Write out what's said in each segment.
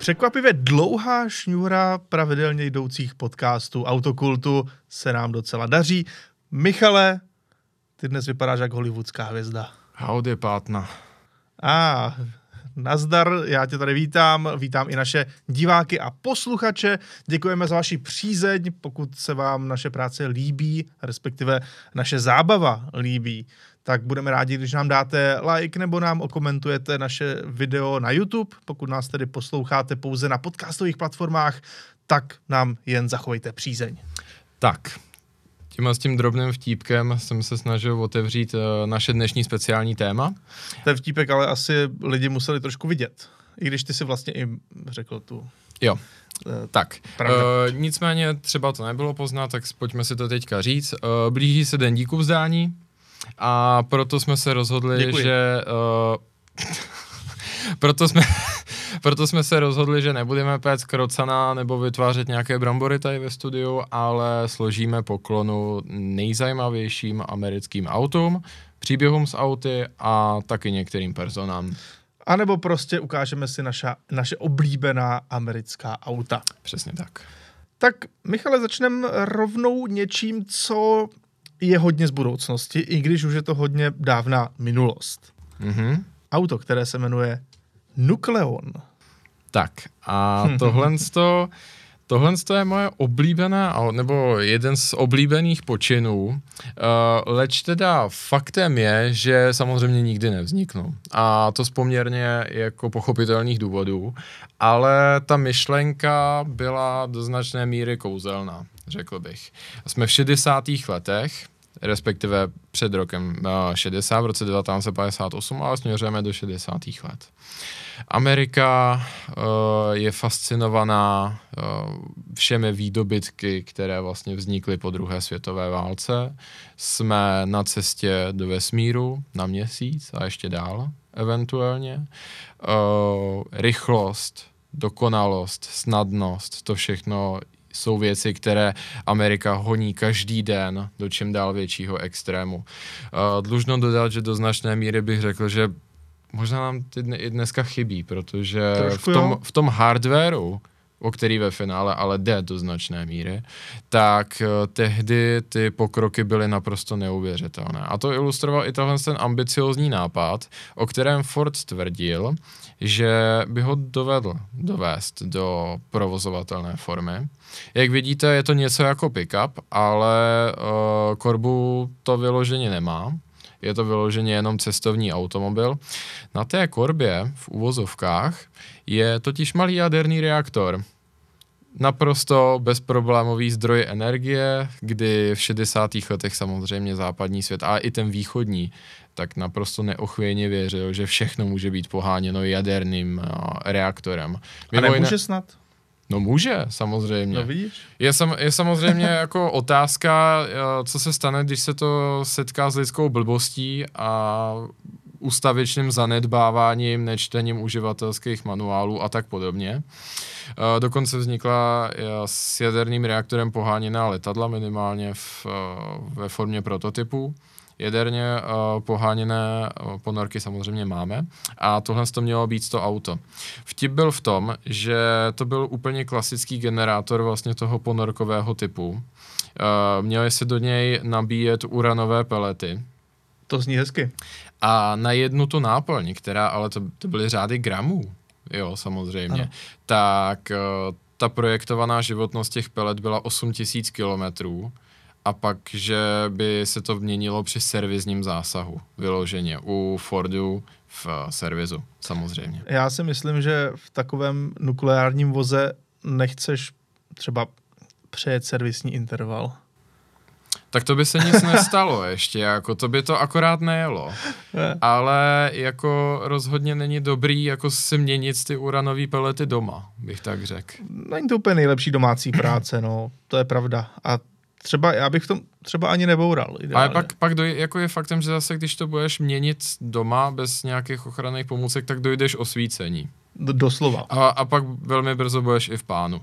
Překvapivě dlouhá šňůra pravidelně jdoucích podcastů Autokultu se nám docela daří. Michale, ty dnes vypadáš jak hollywoodská hvězda. Howdy, pátna. Nazdar, já tě tady vítám i naše diváky a posluchače. Děkujeme za vaši přízeň, pokud se vám naše práce líbí, respektive naše zábava líbí, tak budeme rádi, když nám dáte like nebo nám okomentujete naše video na YouTube. Pokud nás tedy posloucháte pouze na podcastových platformách, tak nám jen zachovejte přízeň. Tak, s tím drobným vtípkem jsem se snažil otevřít naše dnešní speciální téma. Ten vtípek ale asi lidi museli trošku vidět, i když ty si vlastně i řekl tu... Jo, tak. Nicméně třeba to nebylo poznat, tak pojďme si to teďka říct. Blíží se den díku vzdání a proto jsme se rozhodli, Děkuji. že... Proto jsme se rozhodli, že nebudeme péct krocana nebo vytvářet nějaké brambory tady ve studiu, ale složíme poklonu nejzajímavějším americkým autům, příběhům s auty a taky některým personám. A nebo prostě ukážeme si naše oblíbená americká auta. Přesně tak. Tak, Michale, začneme rovnou něčím, co je hodně z budoucnosti, i když už je to hodně dávná minulost. Mhm. Auto, které se jmenuje Nukleon. Tak a tohle je moje oblíbená, nebo jeden z oblíbených počinů, leč teda faktem je, že samozřejmě nikdy nevzniknou. A to z poměrně jako pochopitelných důvodů, ale ta myšlenka byla do značné míry kouzelná, řekl bych. Jsme v 60. letech, respektive před rokem 60, v roce 1958, ale směřujeme do 60. let. Amerika je fascinovaná všemi výdobytky, které vlastně vznikly po druhé světové válce. Jsme na cestě do vesmíru, na Měsíc a ještě dál eventuálně. Rychlost, dokonalost, snadnost, to všechno jsou věci, které Amerika honí každý den do čím dál většího extrému. Dlužno dodat, že do značné míry bych řekl, že možná nám i dneska chybí, protože v tom hardwareu, o který ve finále ale jde do značné míry, tak tehdy ty pokroky byly naprosto neuvěřitelné. A to ilustroval i ten ambiciózní nápad, o kterém Ford tvrdil, že by ho dovedl dovést do provozovatelné formy. Jak vidíte, je to něco jako pick-up, ale korbu to vyloženě nemá. Je to vyloženě jenom cestovní automobil. Na té korbě v uvozovkách je totiž malý jaderný reaktor. Naprosto bezproblémový zdroj energie, kdy v 60. letech samozřejmě západní svět, a i ten východní, tak naprosto neochvějně věřil, že všechno může být poháněno jaderným reaktorem. A nemůže snad? No může, samozřejmě. No vidíš? Je samozřejmě jako otázka, co se stane, když se to setká s lidskou blbostí a ustavičným zanedbáváním, nečtením uživatelských manuálů a tak podobně. Dokonce vznikla s jaderným reaktorem poháněná letadla, minimálně ve formě prototypů. Jaderně poháněné ponorky samozřejmě máme a tohle to mělo být to auto. Vtip byl v tom, že to byl úplně klasický generátor vlastně toho ponorkového typu. Měly se do něj nabíjet uranové pelety. To zní hezky. A na jednu tu náplň, která, ale to byly řády gramů, jo, samozřejmě, ano. Tak ta projektovaná životnost těch pelet byla 8000 kilometrů. A pak, že by se to měnilo při servisním zásahu, vyloženě u Fordu v servisu, samozřejmě. Já si myslím, že v takovém nukleárním voze nechceš třeba přejet servisní interval. Tak to by se nic nestalo ještě, jako to by to akorát nejelo. Ale jako rozhodně není dobrý jako si měnit ty uranové pelety doma, bych tak řekl. Není to úplně nejlepší domácí práce, no, to je pravda. A třeba já bych v tom třeba ani neboural. Ideálně. Ale pak jako je faktem, že zase, když to budeš měnit doma bez nějakých ochranných pomůcek, tak dojdeš osvícení. Doslova. A pak velmi brzo budeš i v pánu.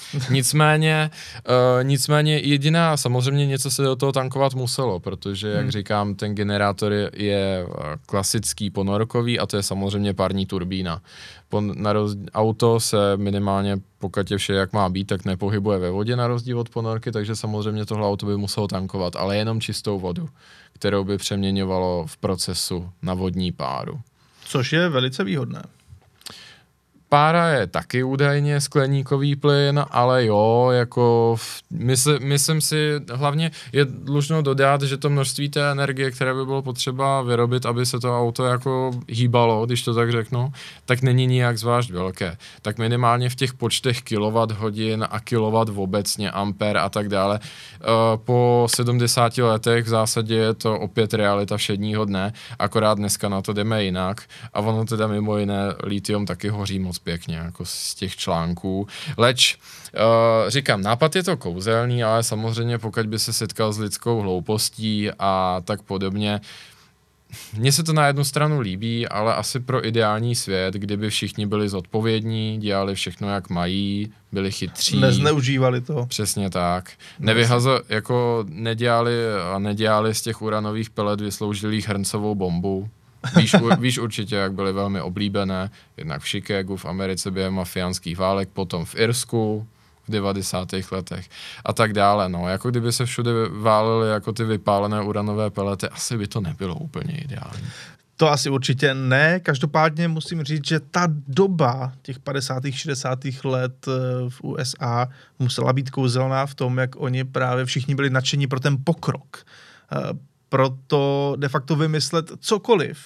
Nicméně jediná, samozřejmě něco se do toho tankovat muselo, protože, jak říkám, ten generátor je klasický ponorkový a to je samozřejmě parní turbína. Auto se minimálně, pokud je vše jak má být, tak nepohybuje ve vodě na rozdíl od ponorky, takže samozřejmě tohle auto by muselo tankovat, ale jenom čistou vodu, kterou by přeměňovalo v procesu na vodní páru. Což je velice výhodné. Pára je taky údajně skleníkový plyn, ale jo, jako myslím si, hlavně je dlužno dodat, že to množství té energie, které by bylo potřeba vyrobit, aby se to auto jako hýbalo, když to tak řeknu, tak není nijak zvlášť velké. Tak minimálně v těch počtech kilowatt-hodin a kilowatt obecně, ampér a tak dále. Po 70 letech v zásadě je to opět realita všedního dne, akorát dneska na to jdeme jinak a ono teda mimo jiné litium taky hoří moc pěkně, jako z těch článků. Leč, říkám, nápad je to kouzelný, ale samozřejmě pokud by se setkal s lidskou hloupostí a tak podobně, mně se to na jednu stranu líbí, ale asi pro ideální svět, kdyby všichni byli zodpovědní, dělali všechno, jak mají, byli chytří. Nezneužívali to. Přesně tak. Nedělali z těch uranových pelet vysloužilých hrncovou bombu. Víš určitě, jak byly velmi oblíbené, jednak v Chicagu, v Americe během mafiánských válek, potom v Irsku v 90. letech a tak dále. No, jako kdyby se všude válely jako ty vypálené uranové pelety, asi by to nebylo úplně ideální. To asi určitě ne, každopádně musím říct, že ta doba těch 50. 60. let v USA musela být kouzelná v tom, jak oni právě všichni byli nadšení pro ten pokrok. Proto de facto vymyslet cokoliv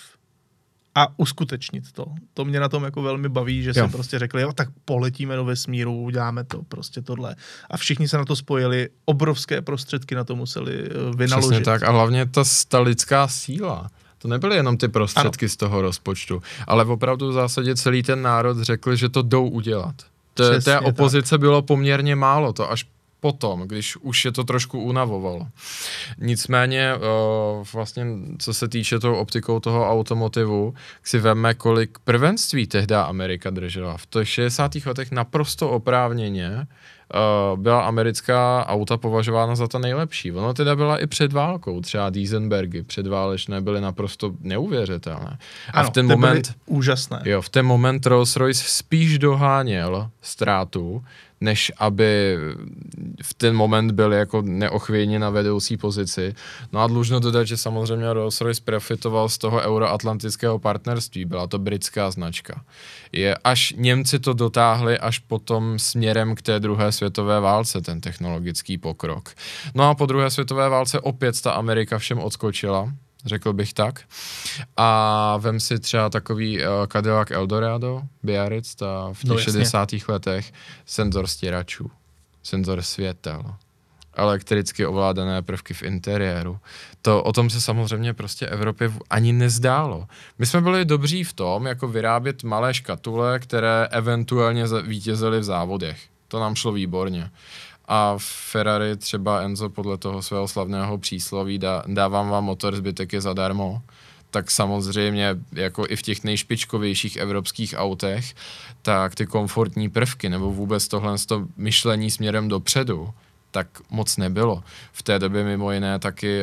a uskutečnit to. To mě na tom jako velmi baví, že jsem prostě řekli, jo, tak poletíme do vesmíru, uděláme to, prostě tohle. A všichni se na to spojili, obrovské prostředky na to museli vynaložit. Přesně tak a hlavně ta lidská síla. To nebyly jenom ty prostředky z toho rozpočtu, ale opravdu v zásadě celý ten národ řekl, že to jdou udělat. Té opozice bylo poměrně málo, to až potom, když už je to trošku unavovalo. Nicméně vlastně, co se týče tou optikou toho automotivu, si veme, kolik prvenství tehdy Amerika držela. V těch 60. letech naprosto oprávněně byla americká auta považována za ta nejlepší. Ono teda byla i před válkou, třeba Duesenbergy předválečné byly naprosto neuvěřitelné. A v ten moment úžasné. Jo, v ten moment Rolls-Royce spíš doháněl ztrátu, než aby v ten moment byl jako neochvějně na vedoucí pozici. No a dlužno dodat, že samozřejmě Rolls-Royce profitoval z toho euroatlantického partnerství, byla to britská značka. Až Němci to dotáhli až potom směrem k té druhé světové válce, ten technologický pokrok. No a po druhé světové válce opět ta Amerika všem odskočila, řekl bych tak. A vem si třeba takový Cadillac Eldorado, Biarritz, v těch 60. letech, senzor stěračů, senzor světel, elektricky ovládané prvky v interiéru. O tom se samozřejmě prostě Evropě ani nezdálo. My jsme byli dobří v tom, jako vyrábět malé škatule, které eventuálně vítězily v závodech. To nám šlo výborně. A Ferrari třeba Enzo podle toho svého slavného přísloví dávám vám motor, zbytek je zadarmo, tak samozřejmě jako i v těch nejšpičkovějších evropských autech, tak ty komfortní prvky nebo vůbec tohle myšlení směrem dopředu, tak moc nebylo. V té době mimo jiné taky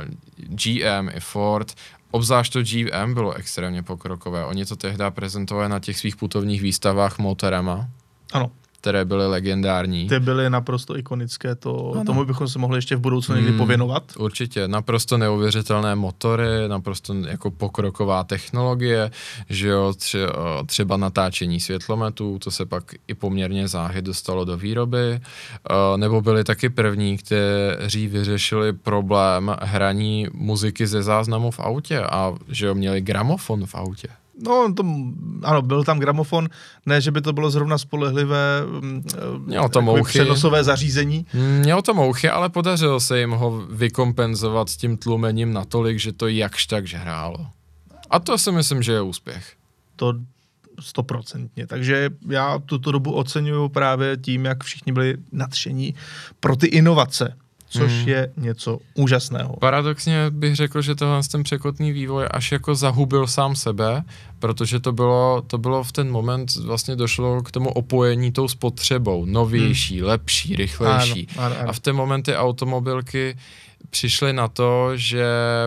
GM i Ford, obzvlášť to GM bylo extrémně pokrokové. Oni to tehdy prezentovali na těch svých putovních výstavách motorama. Ano. Které byly legendární. Ty byly naprosto ikonické, tomu bychom se mohli ještě v budoucnu někdy pověnovat. Určitě, naprosto neuvěřitelné motory, naprosto jako pokroková technologie, že jo, třeba natáčení světlometů, to se pak i poměrně záhy dostalo do výroby, nebo byli taky první, kteří vyřešili problém hraní muziky ze záznamu v autě a že jo, měli gramofon v autě. No, ano, byl tam gramofon, ne, že by to bylo zrovna spolehlivé přenosové zařízení. Mělo to mouchy, ale podařilo se jim ho vykompenzovat s tím tlumením natolik, že to jakž takž hrálo. A to si myslím, že je úspěch. To 100%. Takže já tuto dobu oceňuju právě tím, jak všichni byli nadšení pro ty inovace. což je něco úžasného. Paradoxně bych řekl, že ten překotný vývoj až jako zahubil sám sebe, protože to bylo v ten moment, vlastně došlo k tomu opojení tou spotřebou, novější, lepší, rychlejší. Ano. A v ten moment ty automobilky přišly na to, že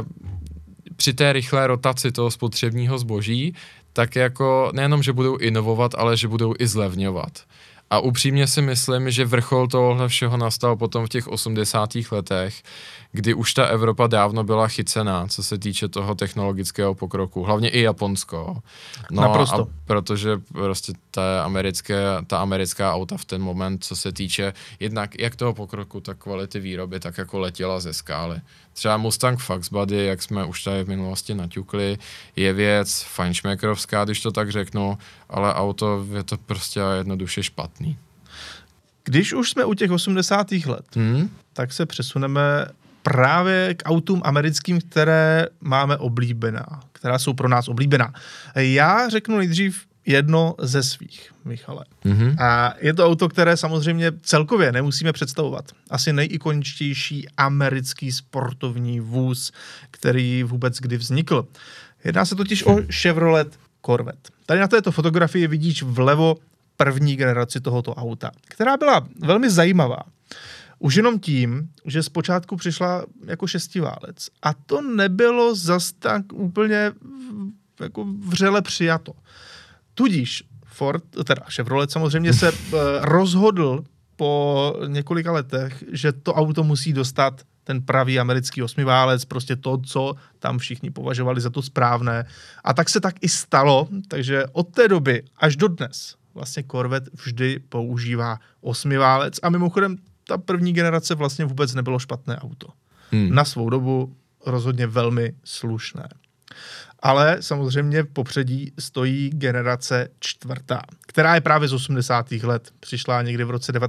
při té rychlé rotaci toho spotřebního zboží, tak jako nejenom, že budou inovovat, ale že budou i zlevňovat. A upřímně si myslím, že vrchol tohohle všeho nastal potom v těch 80. letech, kdy už ta Evropa dávno byla chycená, co se týče toho technologického pokroku, hlavně i Japonsko. No naprosto. A protože prostě ta americká auta v ten moment, co se týče jednak jak toho pokroku, tak kvality výroby, tak jako letěla ze skály. Třeba Mustang Foxbody, jak jsme už tady v minulosti naťukli, je věc fajnšmekrovská, když to tak řeknu, ale auto je to prostě jednoduše špatný. Když už jsme u těch 80. let, tak se přesuneme právě k autům americkým, které máme oblíbená, která jsou pro nás oblíbená. Já řeknu nejdřív jedno ze svých, Michale. A je to auto, které samozřejmě celkově nemusíme představovat. Asi nejikoničtější americký sportovní vůz, který vůbec kdy vznikl. Jedná se totiž o Chevrolet Corvette. Tady na této fotografii vidíš vlevo první generaci tohoto auta, která byla velmi zajímavá. Už jenom tím, že zpočátku přišla jako šestiválec. A to nebylo zas tak úplně jako vřele přijato. Tudíž Chevrolet samozřejmě se rozhodl po několika letech, že to auto musí dostat ten pravý americký osmiválec, prostě to, co tam všichni považovali za to správné. A tak se tak i stalo, takže od té doby až do dnes vlastně Corvette vždy používá osmiválec a mimochodem ta první generace vlastně vůbec nebylo špatné auto. Na svou dobu rozhodně velmi slušné. Ale samozřejmě v popředí stojí generace čtvrtá, která je právě z 80. let. Přišla někdy v roce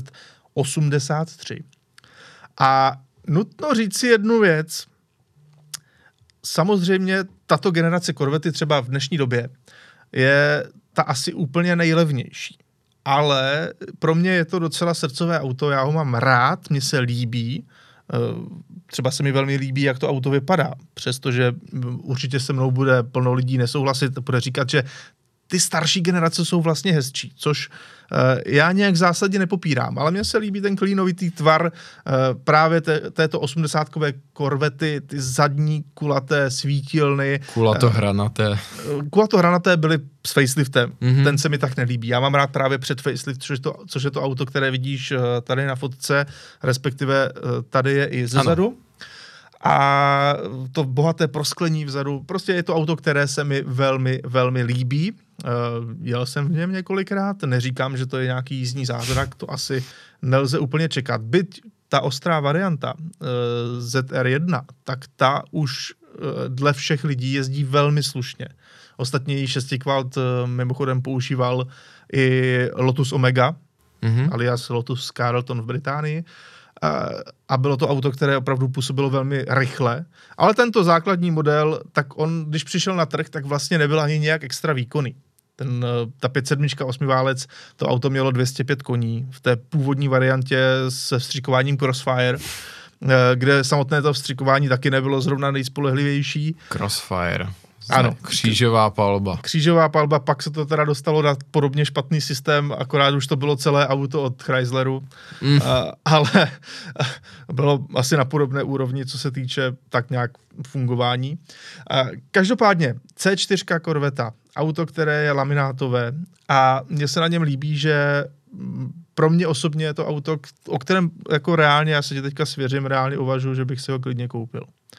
1983. A nutno říct si jednu věc. Samozřejmě tato generace Corvette třeba v dnešní době je ta asi úplně nejlevnější. Ale pro mě je to docela srdcové auto, já ho mám rád, mně se líbí, třeba se mi velmi líbí, jak to auto vypadá, přestože určitě se mnou bude plno lidí nesouhlasit, bude říkat, že ty starší generace jsou vlastně hezčí, což já nějak zásadně nepopírám, ale mně se líbí ten klínovitý tvar právě této 80kové Corvety, ty zadní kulaté svítilny. Kulatohranaté byly s faceliftem, ten se mi tak nelíbí. Já mám rád právě před facelift, což je to auto, které vidíš tady na fotce, respektive tady je i zezadu. A to bohaté prosklení vzadu, prostě je to auto, které se mi velmi, velmi líbí. Jel jsem v něm několikrát, neříkám, že to je nějaký jízdní zázrak, to asi nelze úplně čekat. Byť ta ostrá varianta ZR1, tak ta už dle všech lidí jezdí velmi slušně. Ostatně její šestikvalt mimochodem používal i Lotus Omega, alias Lotus Carlton v Británii. A bylo to auto, které opravdu působilo velmi rychle. Ale tento základní model, tak on, když přišel na trh, tak vlastně nebyl ani nějak extra výkonný. Ta 507 osmiválec, to auto mělo 205 koní v té původní variantě se vstřikováním Crossfire, kde samotné to vstřikování taky nebylo zrovna nejspolehlivější. Crossfire. Ano. Křížová palba. Křížová palba, pak se to teda dostalo na podobně špatný systém, akorát už to bylo celé auto od Chrysleru, ale bylo asi na podobné úrovni, co se týče tak nějak fungování. Každopádně C4 Corvette, auto, které je laminátové a mně se na něm líbí, že pro mě osobně je to auto, o kterém jako reálně, já se tě teďka svěřím, reálně uvažuji, že bych si ho klidně koupil.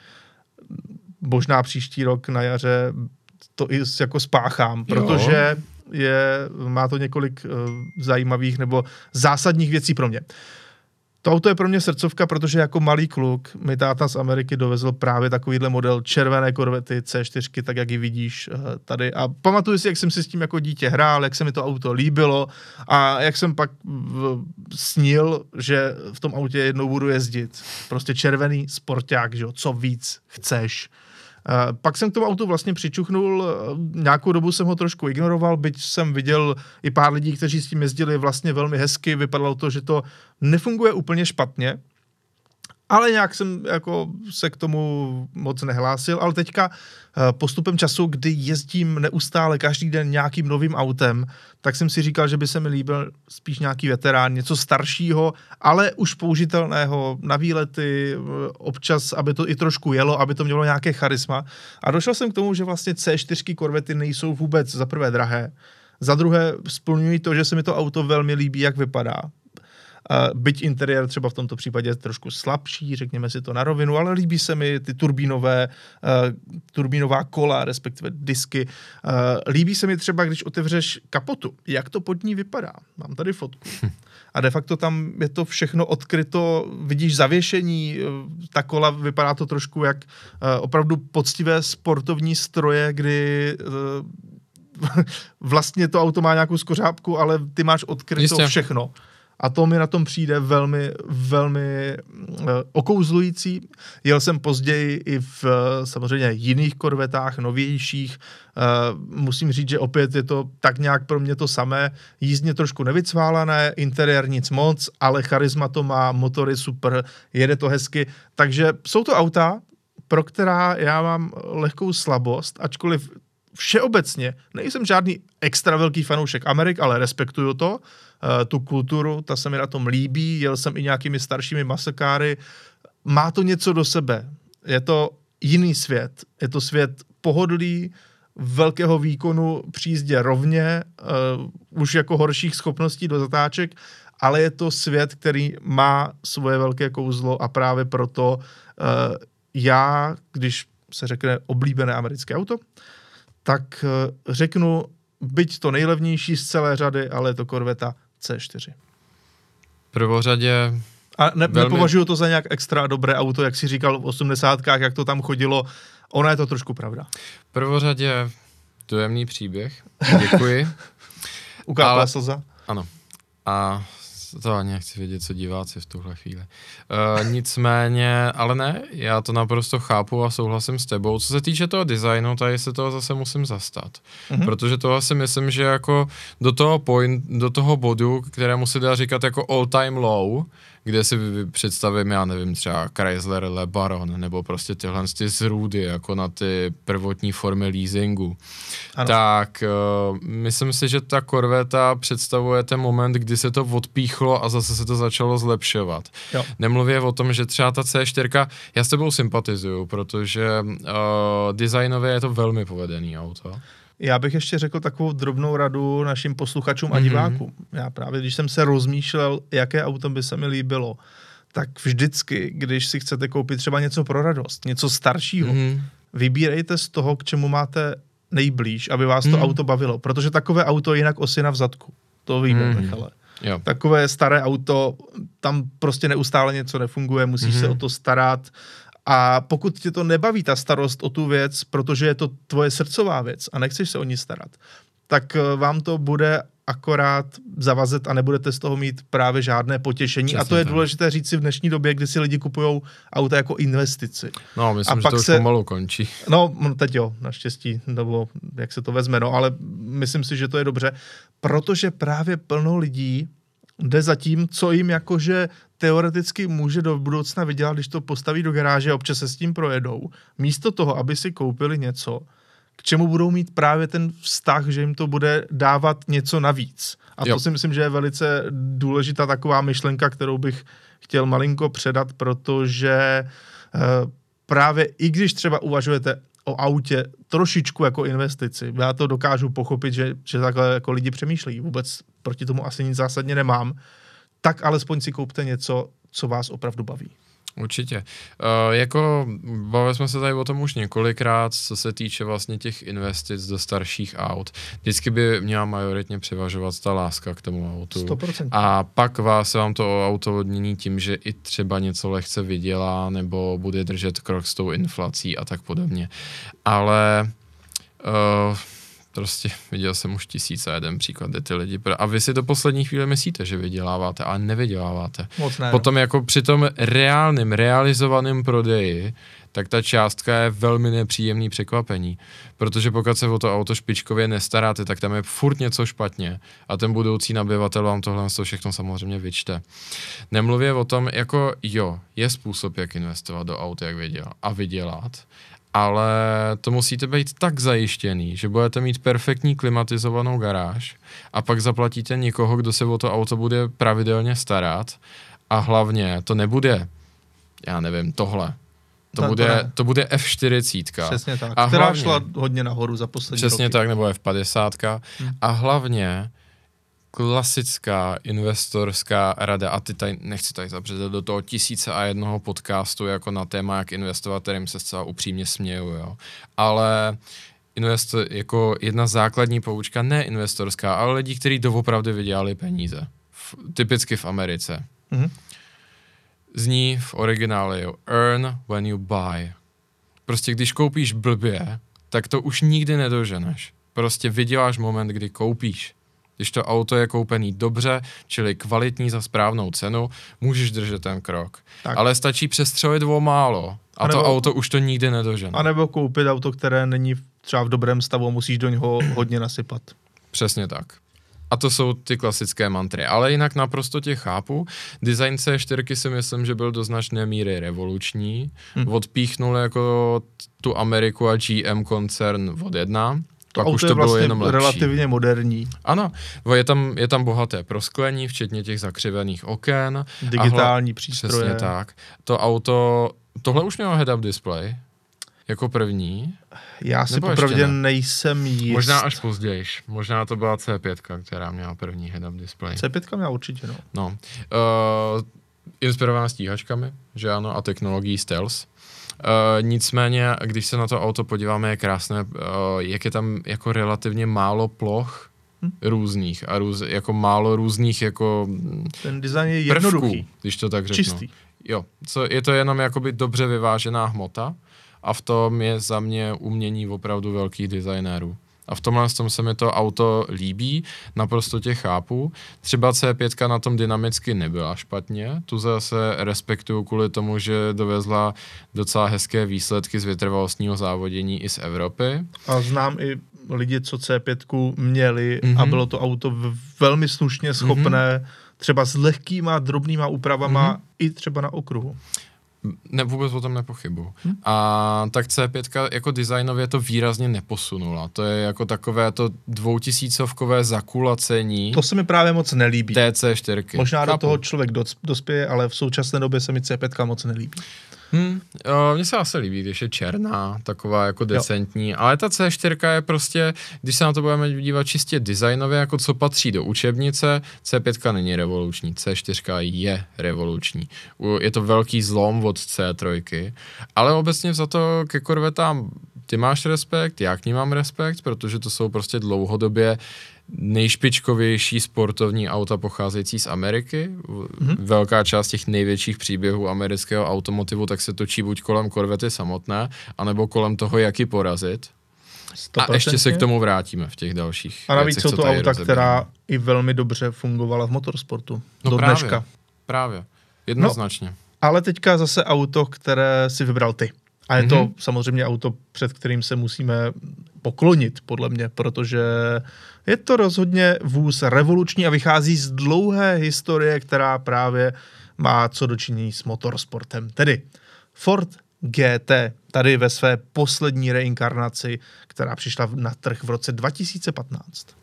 Možná příští rok na jaře to i jako spáchám, protože má to několik zajímavých nebo zásadních věcí pro mě. To auto je pro mě srdcovka, protože jako malý kluk mi táta z Ameriky dovezl právě takovýhle model červené Corvety C4, tak jak ji vidíš tady. A pamatuju si, jak jsem si s tím jako dítě hrál, jak se mi to auto líbilo a jak jsem pak snil, že v tom autě jednou budu jezdit. Prostě červený sporták, že jo, co víc chceš. Pak jsem k tomu autu vlastně přičuchnul, nějakou dobu jsem ho trošku ignoroval, byť jsem viděl i pár lidí, kteří s tím jezdili vlastně velmi hezky, vypadalo to, že to nefunguje úplně špatně, Ale nějak jsem jako se k tomu moc nehlásil, ale teďka postupem času, kdy jezdím neustále každý den nějakým novým autem, tak jsem si říkal, že by se mi líbil spíš nějaký veterán, něco staršího, ale už použitelného na výlety, občas, aby to i trošku jelo, aby to mělo nějaké charisma. A došel jsem k tomu, že vlastně C4 Corvety nejsou vůbec za prvé drahé, za druhé splňují to, že se mi to auto velmi líbí, jak vypadá. Byť interiér třeba v tomto případě je trošku slabší, řekněme si to na rovinu, ale líbí se mi ty turbínová kola, respektive disky. Líbí se mi třeba, když otevřeš kapotu, jak to pod ní vypadá. Mám tady fotku. A de facto tam je to všechno odkryto, vidíš zavěšení, ta kola, vypadá to trošku jak opravdu poctivé sportovní stroje, kdy vlastně to auto má nějakou skořápku, ale ty máš odkryto všechno. A to mi na tom přijde velmi, velmi okouzlující. Jel jsem později i v samozřejmě jiných korvetách, novějších. Musím říct, že opět je to tak nějak pro mě to samé. Jízdně trošku nevycválané, interiér nic moc, ale charisma to má, motory super, jede to hezky. Takže jsou to auta, pro která já mám lehkou slabost, ačkoliv všeobecně nejsem žádný extra velký fanoušek Amerik, ale respektuju to, tu kulturu, ta se mi na tom líbí, jel jsem i nějakými staršími masakáry, má to něco do sebe, je to jiný svět, je to svět pohodlí, velkého výkonu při jízdě rovně, už jako horších schopností do zatáček, ale je to svět, který má svoje velké kouzlo a právě proto já, když se řekne oblíbené americké auto, tak řeknu, byť to nejlevnější z celé řady, ale je to Corvetta C4. Prvořadě... A nepovažuju to za nějak extra dobré auto, jak si říkal v 80kách, jak to tam chodilo. Ona je to trošku pravda. Prvořadě dojemný příběh. Děkuji. Ukápala slza? Ano. A to ani nechci vědět, co diváci v tuhle chvíli. Nicméně, ale ne, já to naprosto chápu a souhlasím s tebou. Co se týče toho designu, tady se toho zase musím zastat. Protože toho si myslím, že jako do toho bodu, kterému se dá říkat jako all time low, kde si představím, já nevím, třeba Chrysler LeBaron, nebo prostě tyhle zrůdy, jako na ty prvotní formy leasingu. Ano. Tak myslím si, že ta Corvetta představuje ten moment, kdy se to odpíchlo a zase se to začalo zlepšovat. Jo. Nemluvě o tom, že třeba ta C4, já s tebou sympatizuju, protože designově je to velmi povedený auto. Já bych ještě řekl takovou drobnou radu našim posluchačům a divákům. Já právě, když jsem se rozmýšlel, jaké auto by se mi líbilo, tak vždycky, když si chcete koupit třeba něco pro radost, něco staršího, vybírejte z toho, k čemu máte nejblíž, aby vás to auto bavilo. Protože takové auto je jinak osina v zadku. To víme, Michale. Jo. Takové staré auto, tam prostě neustále něco nefunguje, musíš se o to starat. A pokud tě to nebaví, ta starost o tu věc, protože je to tvoje srdcová věc a nechceš se o ní starat, tak vám to bude akorát zavazet a nebudete z toho mít právě žádné potěšení. Přesně a to je důležité říct si v dnešní době, kdy si lidi kupujou auta jako investici. No, myslím, že to už pomalu končí. No, teď jo, naštěstí, nebo jak se to vezme, no, ale myslím si, že to je dobře, protože právě plno lidí jde za tím, co jim jakože teoreticky může do budoucna vydělat, když to postaví do garáže a občas se s tím projedou. Místo toho, aby si koupili něco, k čemu budou mít právě ten vztah, že jim to bude dávat něco navíc. A to si myslím, že je velice důležitá taková myšlenka, kterou bych chtěl malinko předat, protože právě i když třeba uvažujete o autě trošičku jako investici, já to dokážu pochopit, že takhle jako lidi přemýšlejí, vůbec proti tomu asi nic zásadně nemám, tak alespoň si koupte něco, co vás opravdu baví. Určitě. Jako bavili jsme se tady o tom už několikrát, co se týče vlastně těch investic do starších aut. Vždycky by měla majoritně převažovat ta láska k tomu autu. 100%. A pak se vám to auto odmění tím, že i třeba něco lehce vydělá, nebo bude držet krok s tou inflací a tak podobně. Ale Prostě viděl jsem už 1001 příklad, kde ty lidi... A vy si do poslední chvíle myslíte, že vyděláváte, ale nevyděláváte. Moc ne, Potom jako při tom realizovaném prodeji, tak ta částka je velmi nepříjemný překvapení. Protože pokud se o to auto špičkově nestaráte, tak tam je furt něco špatně a ten budoucí nabyvatel vám tohle všechno samozřejmě vyčte. Nemluvě o tom, jako jo, je způsob, jak investovat do auta, jak vydělat, ale to musíte být tak zajištěný, že budete mít perfektní klimatizovanou garáž a pak zaplatíte někoho, kdo se o to auto bude pravidelně starat a hlavně to nebude, já nevím, tohle. To bude F40. Přesně tak, a která hlavně, šla hodně nahoru za poslední přesně roky. tak, nebo F50. A hlavně klasická investorská rada, a nechci tady zabředat do toho 1001 podcastu jako na téma, jak investovat, kterým se zcela upřímně směju, jo. Ale jako jedna základní poučka, ne investorská, ale lidí, kteří doopravdy vydělali peníze. Typicky v Americe. Zní v originále earn when you buy. Prostě když koupíš blbě, tak to už nikdy nedoženeš. Prostě vyděláš moment, kdy koupíš. Když to auto je koupený dobře, čili kvalitní za správnou cenu, můžeš držet ten krok. Tak. Ale stačí přestřelit o málo a to auto už to nikdy nedožene. A nebo koupit auto, které není třeba v dobrém stavu a musíš do něho hodně nasypat. Přesně tak. A to jsou ty klasické mantry. Ale jinak naprosto tě chápu. Design C4 si myslím, že byl do značné míry revoluční. Odpíchnul jako tu Ameriku a GM koncern od jedna. Pak už to bylo vlastně jenom lepší. Relativně moderní. Ano, je tam bohaté prosklení, včetně těch zakřivených oken. Digitální přístroje. Přesně tak. To auto, tohle už mělo head-up display jako první. Já si popravdě nejsem jist. Možná až později. Možná to byla C5, která měla první head-up display. C5 měla určitě, no. Inspirovaná stíhačkami, že ano, a technologií stealth. Nicméně, když se na to auto podíváme, je krásné, jak je tam jako relativně málo ploch různých a jako málo různých jako ten design je jednoduchý. Prvků, když to tak řeknu. Čistý. Jo, je to jenom jakoby dobře vyvážená hmota a v tom je za mě umění opravdu velkých designérů. A v tomhle se mi to auto líbí, naprosto tě chápu. Třeba C5 na tom dynamicky nebyla špatně, tu zase respektuju kvůli tomu, že dovezla docela hezké výsledky z vytrvalostního závodění i z Evropy. A znám i lidi, co C5 měli a bylo to auto velmi slušně schopné třeba s lehkýma, drobnýma úpravama i třeba na okruhu. Ne, vůbec o tom nepochybuju. A tak C5 jako designově to výrazně neposunula. To je jako takové to 2000kové zakulacení. To se mi právě moc nelíbí. TC4. Možná do toho člověk dospěje, ale v současné době se mi C5 moc nelíbí. Mně se asi líbí, když je černá, taková jako decentní, ale ta C4 je prostě, když se na to budeme dívat čistě designově, jako co patří do učebnice, C5 není revoluční, C4 je revoluční. Je to velký zlom od C3, ale obecně za to ke korvetám ty máš respekt, já k ní mám respekt, protože to jsou prostě dlouhodobě nejšpičkovější sportovní auta pocházející z Ameriky. Velká část těch největších příběhů amerického automotivu tak se točí buď kolem korvety samotné, anebo kolem toho, jak ji porazit. 100%. A ještě se k tomu vrátíme v těch dalších. A navíc jsou to auta, která i velmi dobře fungovala v motorsportu. Do dneška. Právě. Jednoznačně. Ale teďka zase auto, které si vybral ty. A je to samozřejmě auto, před kterým se musíme poklonit, podle mě, protože je to rozhodně vůz revoluční a vychází z dlouhé historie, která právě má co dočinění s motorsportem. Tedy Ford GT, tady ve své poslední reinkarnaci, která přišla na trh v roce 2015.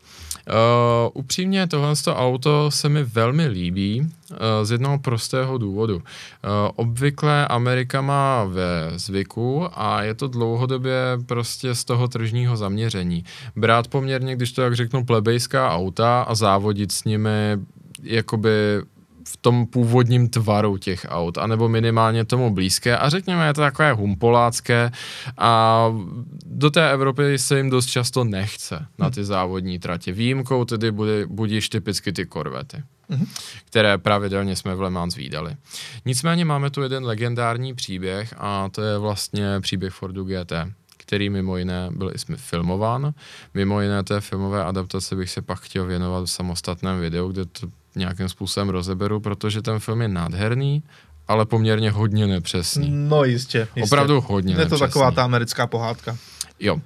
Upřímně tohle auto se mi velmi líbí z jednoho prostého důvodu. Obvykle Amerika má ve zvyku a je to dlouhodobě prostě z toho tržního zaměření. Brát poměrně, když to jak řeknu, plebejská auta a závodit s nimi jakoby v tom původním tvaru těch aut, anebo minimálně tomu blízké a řekněme, je to takové humpolácké a do té Evropy se jim dost často nechce na ty závodní tratě. Výjimkou tedy budíš typicky ty korvety, které pravidelně jsme v Le Mans vídali. Nicméně máme tu jeden legendární příběh a to je vlastně příběh Fordu GT, který mimo jiné byl i filmován. Mimo jiné té filmové adaptace bych se pak chtěl věnovat v samostatném videu, kde to nějakým způsobem rozeberu, protože ten film je nádherný, ale poměrně hodně nepřesný. No jistě. Opravdu hodně nepřesný. Je to taková ta americká pohádka. Jo.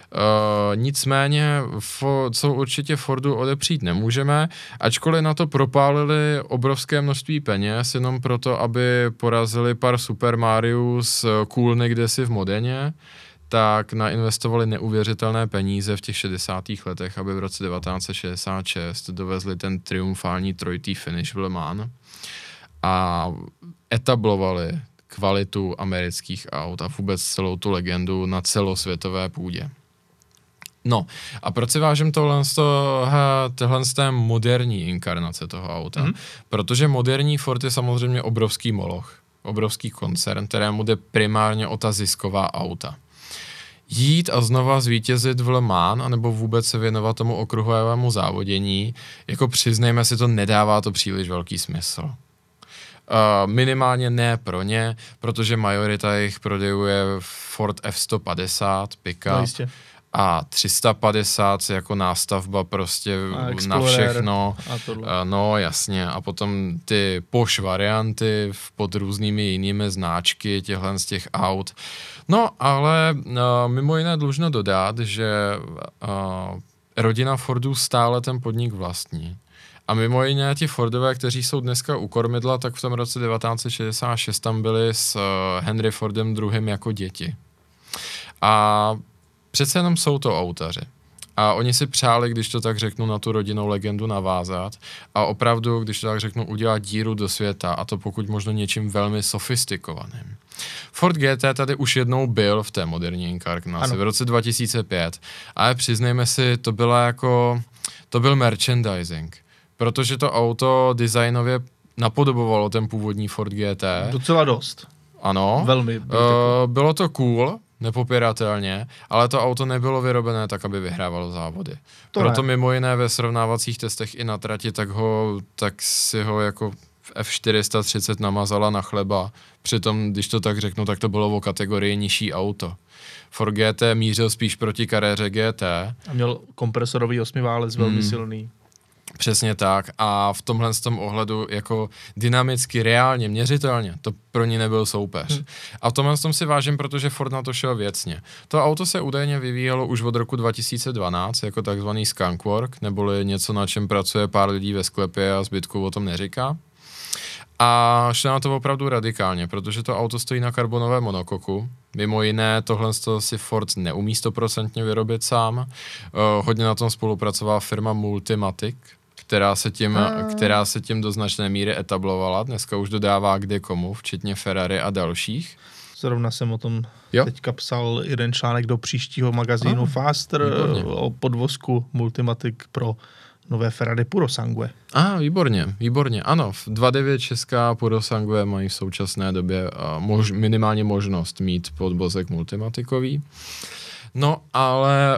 Nicméně co určitě Fordu odepřít nemůžeme, ačkoliv na to propálili obrovské množství peněz, jenom proto, aby porazili pár Super Mario z kůlny kdesi v Modeně, tak nainvestovali neuvěřitelné peníze v těch 60. letech, aby v roce 1966 dovezli ten triumfální trojitý finish v Le Mans a etablovali kvalitu amerických aut a vůbec celou tu legendu na celosvětové půdě. No, a proč si vážím tohle z té moderní inkarnace toho auta? Protože moderní Ford je samozřejmě obrovský moloch, obrovský koncern, kterému jde primárně o ta zisková auta. Jít a znova zvítězit v Le Mans, anebo vůbec se věnovat tomu okruhovému závodění, jako přiznejme si to, nedává to příliš velký smysl. Minimálně ne pro ně, protože majorita jich prodejů je Ford F-150 pickup a 350 jako nástavba prostě na všechno. No jasně, a potom ty Porsche varianty pod různými jinými značky těchhle z těch aut. No ale mimo jiné dlužno dodat, že rodina Fordů stále ten podnik vlastní. A mimo jiné ti Fordové, kteří jsou dneska u kormidla, tak v tom roce 1966 tam byli s Henry Fordem II. Jako děti. A přece jenom jsou to autaři. A oni si přáli, když to tak řeknu, na tu rodinnou legendu navázat a opravdu, když to tak řeknu, udělat díru do světa, a to pokud možno něčím velmi sofistikovaným. Ford GT tady už jednou byl v té moderní inkarnaci v roce 2005, ale přiznejme si, to byl merchandising. Protože to auto designově napodobovalo ten původní Ford GT. Docela dost. Ano. Velmi. Bylo to cool, nepopiratelně, ale to auto nebylo vyrobené tak, aby vyhrávalo závody. Proto mimo jiné ve srovnávacích testech i na trati, tak si ho jako v F430 namazala na chleba. Přitom, když to tak řeknu, tak to bylo o kategorii nižší auto. Ford GT mířil spíš proti Carrere GT. A měl kompresorový 8válec velmi silný. Přesně tak, a v tomhle ohledu jako dynamicky, reálně, měřitelně, to pro ní nebyl soupeř. A v tomhle si vážím, protože Ford na to šel věcně. To auto se údajně vyvíjelo už od roku 2012 jako takzvaný skunkwork, neboli něco, na čem pracuje pár lidí ve sklepě a zbytku o tom neříká. A šlo na to opravdu radikálně, protože to auto stojí na karbonovém monokoku. Mimo jiné, tohle si Ford neumí 100% vyrobit sám. Hodně na tom spolupracovala firma Multimatic, která se tím do značné míry etablovala. Dneska už dodává kde komu, včetně Ferrari a dalších. Zrovna jsem o tom teďka psal jeden článek do příštího magazínu Faster o podvozku Multimatic pro nové Ferrari Purosangue. Výborně, ano. 2.9 česká Purosangue mají v současné době minimálně možnost mít podvozek multimatikový. No, ale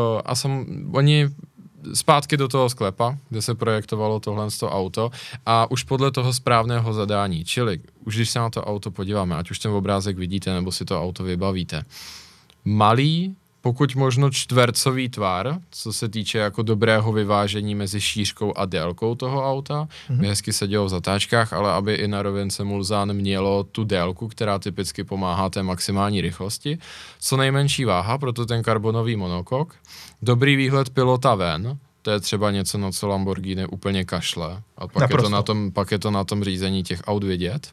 oni zpátky do toho sklepa, kde se projektovalo tohle auto a už podle toho správného zadání, čili už když se na to auto podíváme, ať už ten obrázek vidíte, nebo si to auto vybavíte. Malý, pokud možno čtvercový tvar, co se týče jako dobrého vyvážení mezi šířkou a délkou toho auta. Hezky se dělo v zatáčkách, ale aby i na rovince Mulsanne mělo tu délku, která typicky pomáhá té maximální rychlosti. Co nejmenší váha, proto ten karbonový monokok. Dobrý výhled pilota ven, to je třeba něco, na co Lamborghini úplně kašle. A pak je to na tom řízení těch aut vidět.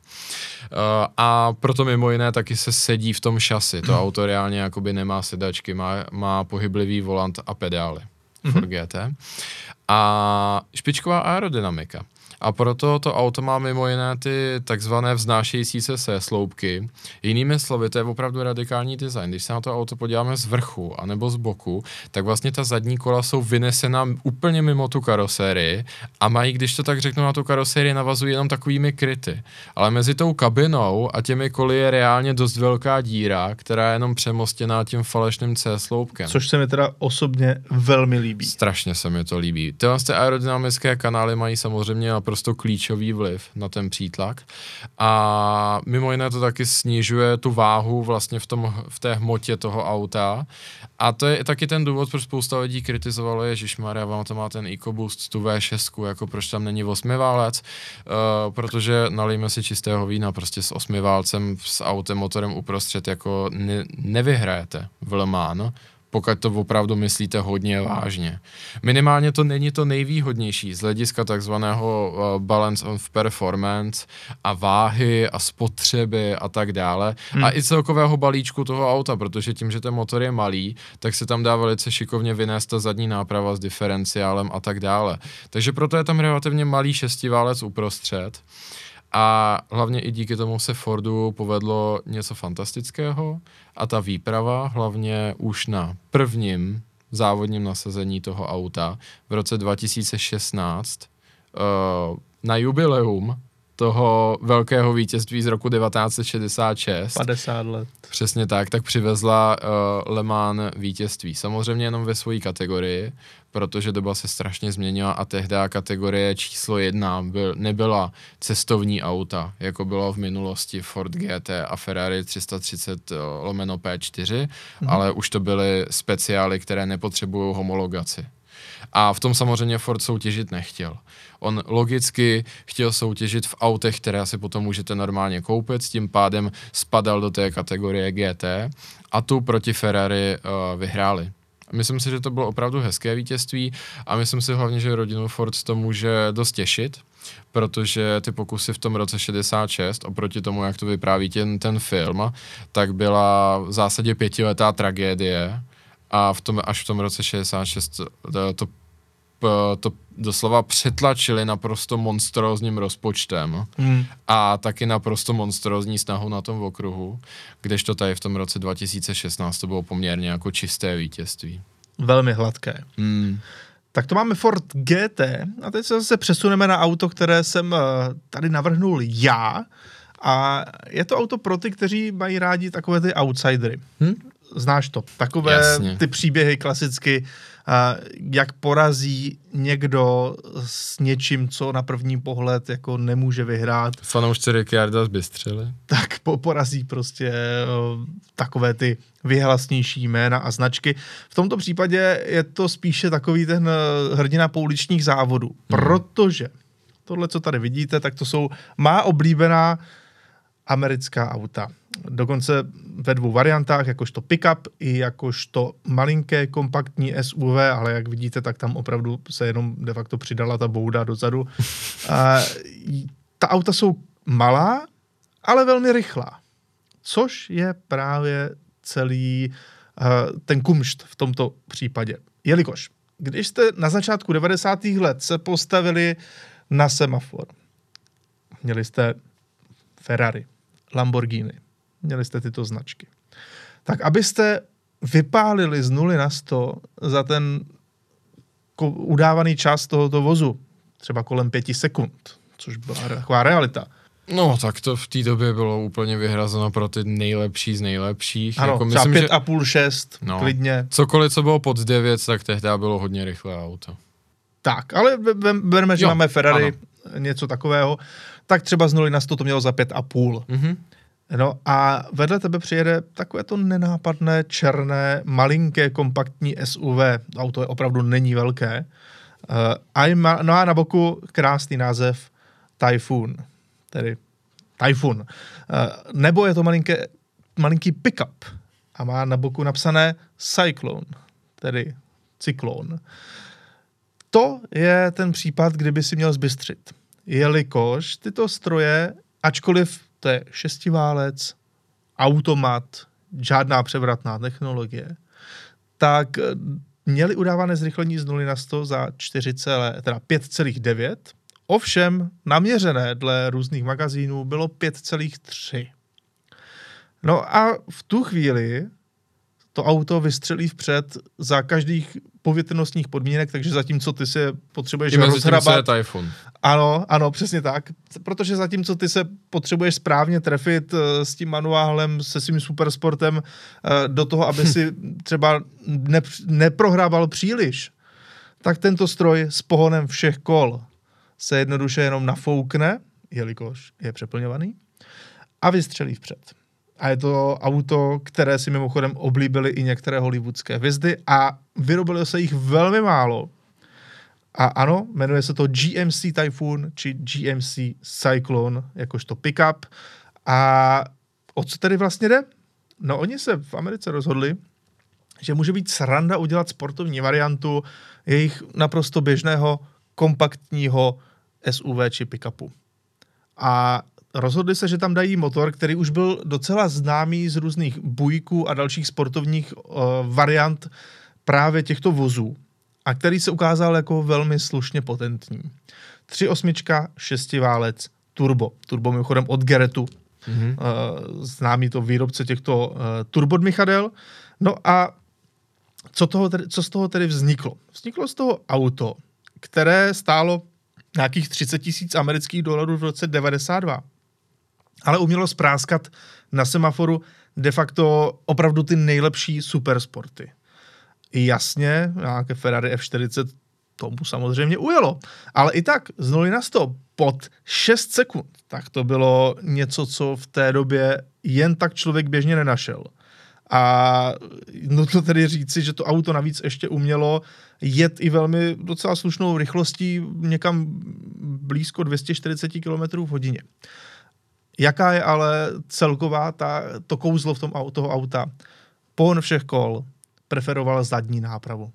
A proto mimo jiné taky se sedí v tom šasi. To auto reálně jakoby nemá sedačky, má pohyblivý volant a pedály. Ford GT. A špičková aerodynamika. A proto to auto má mimo jiné ty takzvané vznášející se sloupky. Jinými slovy, to je opravdu radikální design. Když se na to auto podíváme z vrchu anebo z boku, tak vlastně ta zadní kola jsou vynesena úplně mimo tu karosérii a mají, když to tak řeknu, na tu karosérii navazují jenom takovými kryty. Ale mezi tou kabinou a těmi koly je reálně dost velká díra, která je jenom přemostěná tím falešným C-sloupkem. Což se mi teda osobně velmi líbí. Strašně se mi to líbí. Tyhle aerodynamické kanály mají samozřejmě naprosto klíčový vliv na ten přítlak. A mimo jiné to taky snižuje tu váhu vlastně v té hmotě toho auta. A to je taky ten důvod, proč spousta lidí kritizovalo, ježišmarja, vám to má ten EcoBoost, tu V6, jako proč tam není 8válec, protože nalijme si čistého vína, prostě s 8válcem, s autem, motorem uprostřed, jako nevyhrajete v Le Mans, pokud to opravdu myslíte hodně vážně. Minimálně to není to nejvýhodnější z hlediska takzvaného balance of performance a váhy a spotřeby a tak dále. A i celkového balíčku toho auta, protože tím, že ten motor je malý, tak se tam dá velice šikovně vynést ta zadní náprava s diferenciálem a tak dále. Takže proto je tam relativně malý 6válec uprostřed. A hlavně i díky tomu se Fordu povedlo něco fantastického a ta výprava hlavně už na prvním závodním nasazení toho auta v roce 2016 na jubileum toho velkého vítězství z roku 1966. 50 let. Přesně tak přivezla Le Mans vítězství. Samozřejmě jenom ve své kategorii, protože doba se strašně změnila a tehdy kategorie číslo 1 nebyla cestovní auta, jako bylo v minulosti Ford GT a Ferrari 330 lomeno P4, ale už to byly speciály, které nepotřebují homologaci. A v tom samozřejmě Ford soutěžit nechtěl. On logicky chtěl soutěžit v autech, které si potom můžete normálně koupit, s tím pádem spadal do té kategorie GT a tu proti Ferrari vyhráli. Myslím si, že to bylo opravdu hezké vítězství a myslím si hlavně, že rodinu Ford to může dost těšit, protože ty pokusy v tom roce 66, oproti tomu, jak to vypráví ten film, tak byla v zásadě 5letá tragédie a až v tom roce 66 to doslova přetlačili naprosto monstrózním rozpočtem a taky naprosto monstrózní snahu na tom okruhu, kdežto tady v tom roce 2016 to bylo poměrně jako čisté vítězství. Velmi hladké. Tak to máme Ford GT a teď se zase přesuneme na auto, které jsem tady navrhnul já a je to auto pro ty, kteří mají rádi takové ty outsidery. Znáš to? Takové Jasně. Ty příběhy klasicky, jak porazí někdo s něčím, co na první pohled jako nemůže vyhrát. Fanoušci Ricciarda zbystřili. Tak porazí prostě takové ty vyhlasnější jména a značky. V tomto případě je to spíše takový ten hrdina pouličních závodů, protože tohle, co tady vidíte, tak to jsou má oblíbená americká auta. Dokonce ve 2 variantách, jakožto pick-up i jakožto malinké kompaktní SUV, ale jak vidíte, tak tam opravdu se jenom de facto přidala ta bouda dozadu. Ta auta jsou malá, ale velmi rychlá, což je právě celý ten kumšt v tomto případě. Jelikož, když jste na začátku 90. let se postavili na semafor, měli jste Ferrari, Lamborghini, měli jste tyto značky. Tak abyste vypálili z 0 na 100 za ten udávaný čas tohoto vozu, třeba kolem 5 sekund, což byla taková realita. No, tak to v té době bylo úplně vyhrazeno pro ty nejlepší z nejlepších. Ano, jako třeba myslím, 5,5, 6, klidně. Cokoliv, co bylo pod 9, tak tehdy bylo hodně rychlé auto. Tak, ale bereme, že máme Ferrari, něco takového, tak třeba z 0 na 100 to mělo za 5,5. No a vedle tebe přijede takové to nenápadné, černé, malinké, kompaktní SUV. Auto je opravdu není velké. No a na boku krásný název Typhoon. Tedy Typhoon. Nebo je to malinký pick-up. A má na boku napsané Cyclone. Tedy cyklon. To je ten případ, kdyby si měl zbystřit. Jelikož tyto stroje, ačkoliv to je 6válec, automat, žádná převratná technologie, tak měli udávané zrychlení z 0 na 100 za 5,9. Ovšem naměřené dle různých magazínů bylo 5,3. No a v tu chvíli to auto vystřelí vpřed za každých povětrnostních podmínek, takže zatímco ty se potřebuješ rozhrabat. Ano, přesně tak. Protože zatímco ty se potřebuješ správně trefit s tím manuálem, se svým supersportem do toho, aby si třeba neprohrával příliš, tak tento stroj s pohonem všech kol se jednoduše jenom nafoukne, jelikož je přeplňovaný, a vystřelí vpřed. A je to auto, které si mimochodem oblíbily i některé hollywoodské hvězdy a vyrobilo se jich velmi málo. A ano, jmenuje se to GMC Typhoon či GMC Cyclone, jakožto pickup. A o co tedy vlastně jde? No oni se v Americe rozhodli, že může být sranda udělat sportovní variantu jejich naprosto běžného kompaktního SUV či pickupu. A rozhodli se, že tam dají motor, který už byl docela známý z různých Buicků a dalších sportovních variant právě těchto vozů a který se ukázal jako velmi slušně potentní. 3.8, 6válec, turbo. Turbo mimochodem od Gerettu. Známý to výrobce těchto turbodmychadel. No a co z toho tedy vzniklo? Vzniklo z toho auto, které stálo nějakých 30 000 amerických dolarů v roce 92. Ale umělo spráskat na semaforu de facto opravdu ty nejlepší supersporty. I jasně, nějaké Ferrari F40 tomu samozřejmě ujelo. Ale i tak, z 0 na 100 pod 6 sekund, tak to bylo něco, co v té době jen tak člověk běžně nenašel. A nutno tedy říci, že to auto navíc ještě umělo jet i velmi docela slušnou rychlostí někam blízko 240 km v hodině. Jaká je ale celková to kouzlo v toho auta? Pohon všech kol preferoval zadní nápravu.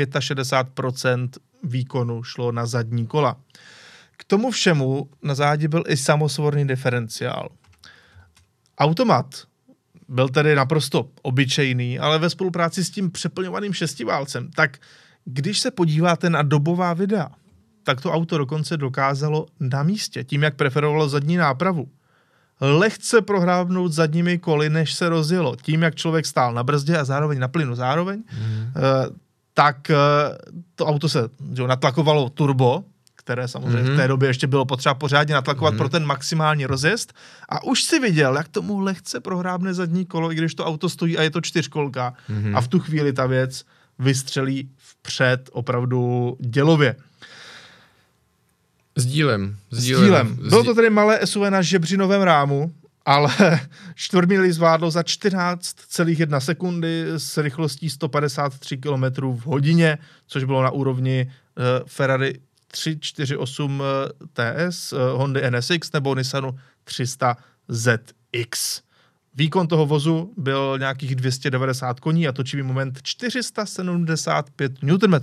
65% výkonu šlo na zadní kola. K tomu všemu na zádi byl i samosvorný diferenciál. Automat byl tedy naprosto obyčejný, ale ve spolupráci s tím přeplňovaným šestiválcem, tak když se podíváte na dobová videa, tak to auto dokonce dokázalo na místě, tím, jak preferovalo zadní nápravu, lehce prohrábnout zadními koly, než se rozjelo. Tím, jak člověk stál na brzdě a zároveň na plynu tak to auto se natlakovalo turbo, které samozřejmě v té době ještě bylo potřeba pořádně natlakovat pro ten maximální rozjezd. A už si viděl, jak tomu lehce prohrábne zadní kolo, i když to auto stojí a je to čtyřkolka. A v tu chvíli ta věc vystřelí vpřed opravdu dělově. Sdílem. Bylo to tedy malé SUV na žebřinovém rámu, ale 4 zvládlo za 14,1 sekundy s rychlostí 153 km v hodině, což bylo na úrovni Ferrari 348 TS, Hondy NSX nebo Nissanu 300 ZX. Výkon toho vozu byl nějakých 290 koní a točivý moment 475 Nm.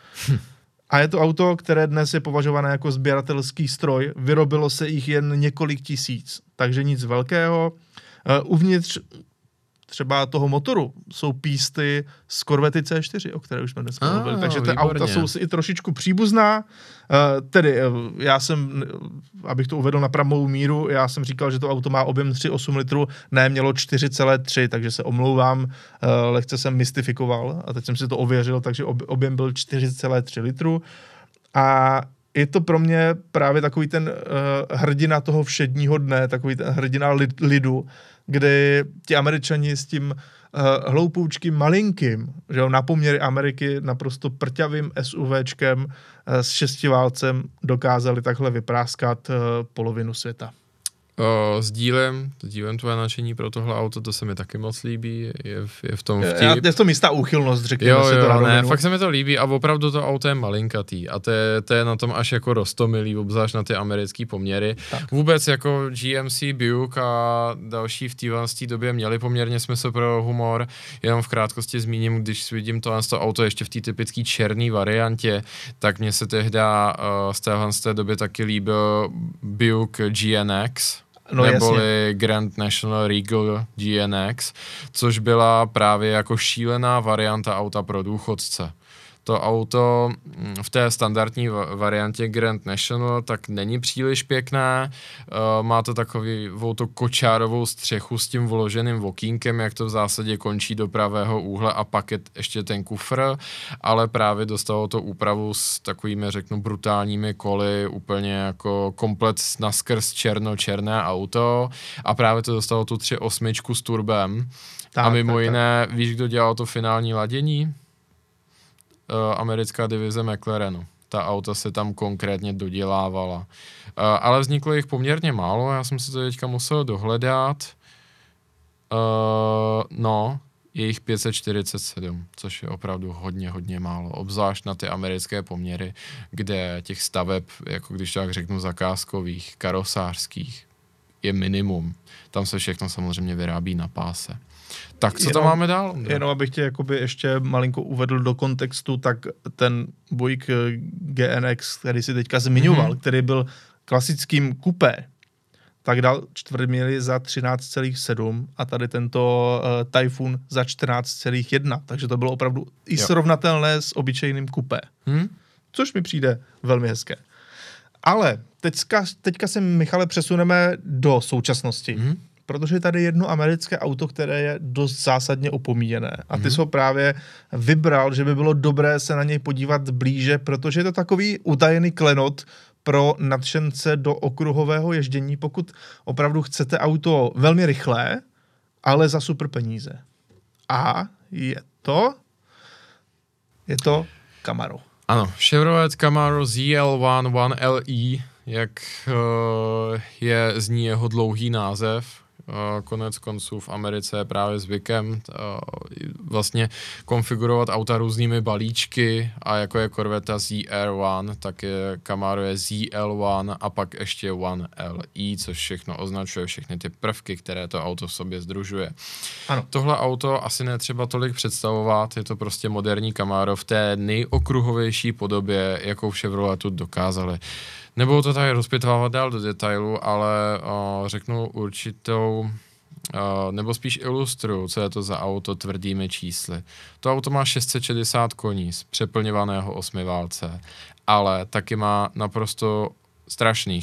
A je to auto, které dnes je považované jako sběratelský stroj. Vyrobilo se jich jen několik tisíc, takže nic velkého. Uvnitř třeba toho motoru jsou písty z Corvette C4, o které už jsme dneska mluvili. Takže ty auta jsou si i trošičku příbuzná. Tedy já jsem, abych to uvedl na pravou míru, já jsem říkal, že to auto má objem 3,8 litru, ne, mělo 4,3, takže se omlouvám, lehce jsem mystifikoval a teď jsem si to ověřil, takže objem byl 4,3 litru. A je to pro mě právě takový ten hrdina toho všedního dne, takový ten hrdina lidu, kdy ti Američani s tím hloupoučkým malinkým, že na poměry Ameriky naprosto prťavým SUVčkem s šestiválcem dokázali takhle vypráskat polovinu světa. Sdílem tvoje nadšení pro tohle auto, to se mi taky moc líbí, je v tom vtip. Je to jistá úchylnost, řekněme si to na rovinu. Fakt se mi to líbí a opravdu to auto je malinkatý a to je na tom až jako roztomilý, obzvlášť na ty americké poměry. Tak. Vůbec jako GMC, Buick a další v té době měli poměrně smysl pro humor, jenom v krátkosti zmíním, když vidím to auto ještě v té typické černé variantě, tak mně se tehda z té doby taky líbil Buick GNX, neboli Grand National Regal GNX, což byla právě jako šílená varianta auta pro důchodce. To auto v té standardní variantě Grand National tak není příliš pěkné, má to takovou to kočárovou střechu s tím vloženým okýnkem, jak to v zásadě končí do pravého úhle a pak je ještě ten kufr, ale právě dostalo to úpravu s takovými, řeknu, brutálními koly, úplně jako komplet naskrz černé auto a právě to dostalo tu 3.8 s turbem. Tak, a mimo jiné, víš, kdo dělal to finální ladění? Americká divize McLarenu. Ta auta se tam konkrétně dodělávala. Ale vzniklo jich poměrně málo, já jsem si to teďka musel dohledat. Je jich 547, což je opravdu hodně málo, obzvlášť na ty americké poměry, kde těch staveb, jako když tak řeknu zakázkových, karosářských, je minimum. Tam se všechno samozřejmě vyrábí na páse. Tak, co tam máme dál? Jenom abych tě jakoby ještě malinko uvedl do kontextu, tak ten Buick GNX, který si teďka zmiňoval, který byl klasickým kupé, tak dal čtvrtmíli za 13,7 a tady tento Typhoon za 14,1, takže to bylo opravdu i srovnatelné s obyčejným kupé. Což mi přijde velmi hezké. Ale teďka se, Michale, přesuneme do současnosti, protože je tady jedno americké auto, které je dost zásadně opomíjené. A ty jsi ho právě vybral, že by bylo dobré se na něj podívat blíže, protože je to takový utajený klenot pro nadšence do okruhového ježdění, pokud opravdu chcete auto velmi rychlé, ale za super peníze. A je to Camaro. Ano, Chevrolet Camaro ZL1 1LE, jak zní jeho dlouhý název. Konec konců v Americe je právě zvykem vlastně konfigurovat auta různými balíčky a jako je Corvette ZR1, tak je Camaro je ZL1 a pak ještě 1LE, což všechno označuje všechny ty prvky, které to auto v sobě sdružuje. Ano. Tohle auto asi netřeba tolik představovat, je to prostě moderní Camaro v té nejokruhovější podobě, jakou v Chevroletu dokázali. Nebudu to tady rozpitvávat dál do detailu, ale řeknu určitou, nebo spíš ilustruju, co je to za auto tvrdými čísly. To auto má 660 koní z přeplňovaného osmiválce, ale taky má naprosto strašných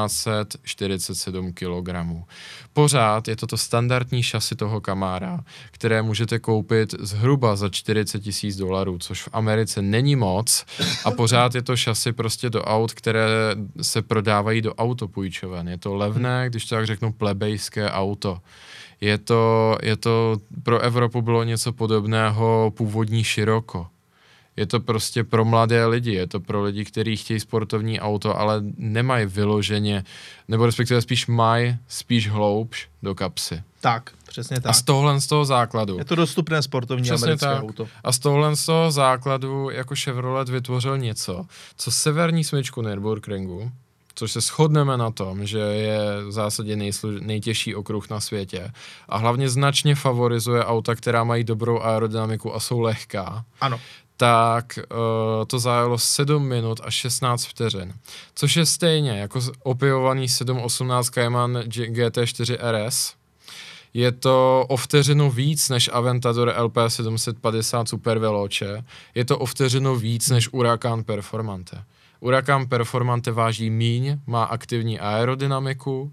1747 kg. Pořád je to standardní šasi toho Camara, které můžete koupit zhruba za $40,000, což v Americe není moc a pořád je to šasi prostě do aut, které se prodávají do autopůjčoven. Je to levné, když tak řeknu plebejské auto. Je to pro Evropu bylo něco podobného původní Scirocco. Je to prostě pro mladé lidi, je to pro lidi, kteří chtějí sportovní auto, ale nemají vyloženě, nebo respektive spíš hloubš do kapsy. Tak, přesně tak. A z toho základu. Je to dostupné sportovní americké auto. A z toho základu jako Chevrolet vytvořil něco, co severní smyčku Nürburgringu, což se shodneme na tom, že je v zásadě nejtěžší okruh na světě a hlavně značně favorizuje auta, která mají dobrou aerodynamiku a jsou lehká. Ano. Tak to zajelo 7 minut a 16 vteřin. Což je stejně jako opěvovaný 718 Cayman GT4 RS. Je to o vteřinu víc než Aventador LP750 Super Veloce. Je to o vteřinu víc než Huracan Performante. Huracan Performante váží míň, má aktivní aerodynamiku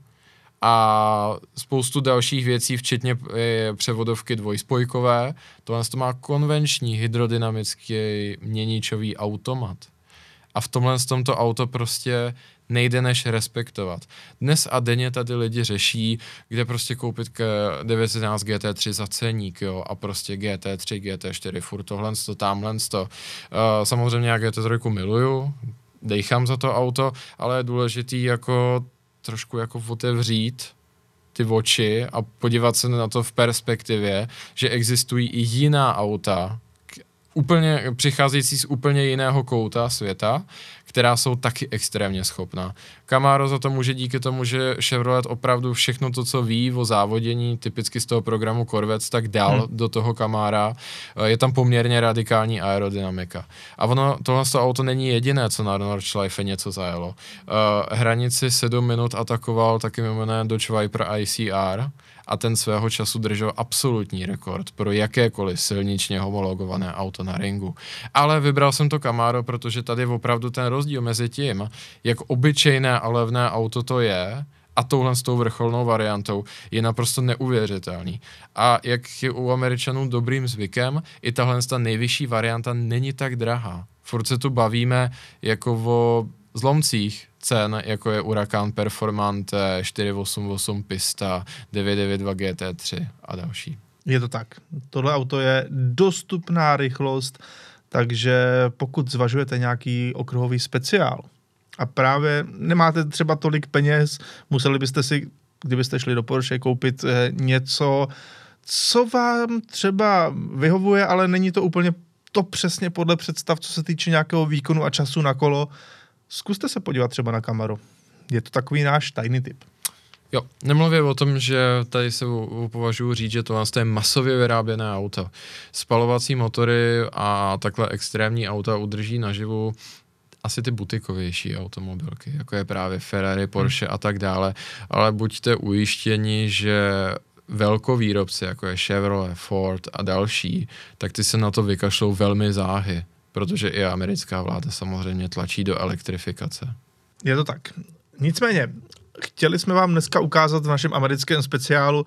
a spoustu dalších věcí, včetně převodovky dvojspojkové. Tohle to má konvenční hydrodynamický měničový automat. A v tomto auto prostě nejde než respektovat. Dnes a denně tady lidi řeší, kde prostě koupit k 911 GT3 za ceník, jo, a prostě GT3, GT4, furt tohlensto, tamhlensto. Samozřejmě já GT3 miluju, dejchám za to auto, ale je důležitý jako trošku jako otevřít ty oči a podívat se na to v perspektivě, že existují i jiná auta, úplně přicházející z úplně jiného kouta světa, která jsou taky extrémně schopná. Camaro za to může díky tomu, že Chevrolet opravdu všechno to, co ví o závodění, typicky z toho programu Corvette, tak dal do toho Camara. Je tam poměrně radikální aerodynamika. A tohle auto není jediné, co na Nordschleife něco zajelo. Hranici 7 minut atakoval taky jmenuje Dodge Viper ICR a ten svého času držel absolutní rekord pro jakékoliv silničně homologované auto na ringu. Ale vybral jsem to Camaro, protože tady opravdu ten rozdíl mezi tím, jak obyčejné a levné auto to je, a touhle s tou vrcholnou variantou je naprosto neuvěřitelný. A jak je u Američanů dobrým zvykem, i tahle nejvyšší varianta není tak drahá. Furt se tu bavíme jako o zlomcích cen, jako je Huracan Performante, 488 Pista, 992 GT3 a další. Je to tak. Tohle auto je dostupná rychlost, takže pokud zvažujete nějaký okruhový speciál a právě nemáte třeba tolik peněz, museli byste si, kdybyste šli do Porsche, koupit něco, co vám třeba vyhovuje, ale není to úplně to přesně podle představ, co se týče nějakého výkonu a času na kolo, zkuste se podívat třeba na Camaro. Je to takový náš tajný tip. Jo, nemluvě o tom, že tady se považuji říct, že to je masově vyráběné auto. Spalovací motory a takhle extrémní auta udrží naživu asi ty butikovější automobilky, jako je právě Ferrari, Porsche a tak dále, ale buďte ujištěni, že velkovýrobci, jako je Chevrolet, Ford a další, tak ty se na to vykašlou velmi záhy, protože i americká vláda samozřejmě tlačí do elektrifikace. Je to tak. Nicméně, chtěli jsme vám dneska ukázat v našem americkém speciálu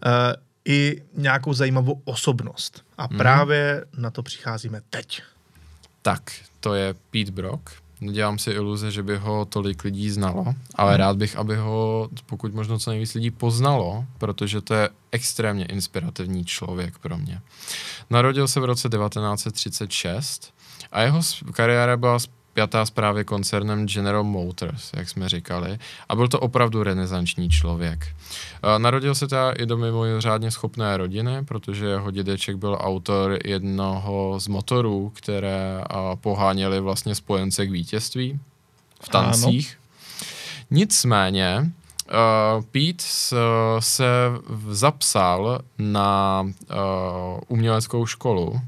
i nějakou zajímavou osobnost. A právě na to přicházíme teď. Tak, to je Pete Brock. Nedělám si iluze, že by ho tolik lidí znalo, ale rád bych, aby ho pokud možno co nejvíc lidí poznalo, protože to je extrémně inspirativní člověk pro mě. Narodil se v roce 1936 a jeho kariéra byla spjatá s právě koncernem General Motors, jak jsme říkali, a byl to opravdu renesanční člověk. Narodil se teda i do mimořádně schopné rodiny, protože jeho dědeček byl autor jednoho z motorů, které poháněly vlastně spojence k vítězství v tancích. Ano. Nicméně Pete se zapsal na uměleckou školu.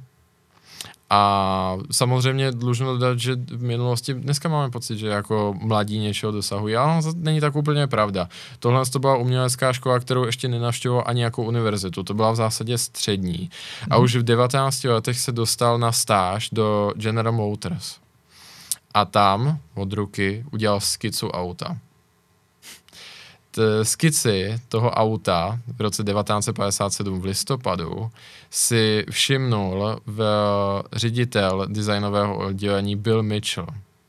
A samozřejmě dlužno dodat, že v minulosti, dneska máme pocit, že jako mladí něčeho dosahují, ale to není tak úplně pravda. Tohle to byla umělecká škola, kterou ještě nenavštěvoval ani jako univerzitu, to byla v zásadě střední. A už v 19 letech se dostal na stáž do General Motors. A tam od ruky udělal skicu auta. Skici toho auta v roce 1957 v listopadu si všimnul ředitel designového oddělení Bill Mitchell.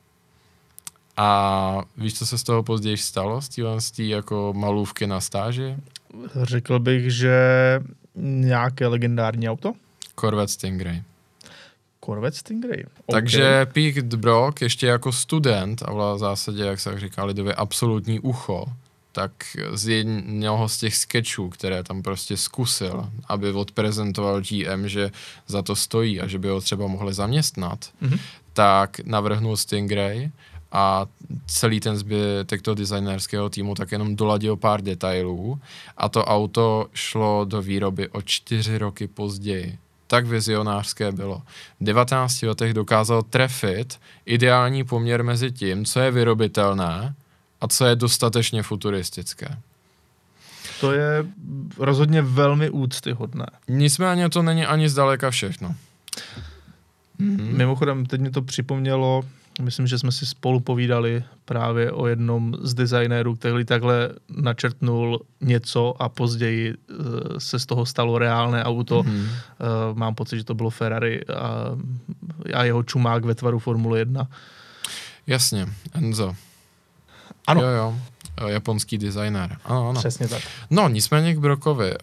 A víš, co se z toho později stalo, z té jako malůvky na stáži? Řekl bych, že nějaké legendární auto? Corvette Stingray. Corvette Stingray. Takže Pete Brock ještě jako student, a v zásadě, jak se říká lidově, absolutní ucho, tak z jednoho z těch sketchů, které tam prostě zkusil, aby odprezentoval GM, že za to stojí a že by ho třeba mohli zaměstnat, tak navrhnul Stingray a celý ten zbytek toho designérského týmu tak jenom doladil pár detailů a to auto šlo do výroby o 4 roky později. Tak vizionářské bylo. V 19 letech dokázal trefit ideální poměr mezi tím, co je vyrobitelné a co je dostatečně futuristické. To je rozhodně velmi úctyhodné. Nicméně to není ani zdaleka všechno. Mimochodem, teď mi to připomnělo, myslím, že jsme si spolu povídali právě o jednom z designérů, který takhle načrtnul něco a později se z toho stalo reálné auto. Mám pocit, že to bylo Ferrari a jeho čumák ve tvaru Formule 1. Jasně, Enzo. Ano. Jo, japonský designér. Ano. Přesně tak. No, nicméně k Brockovi.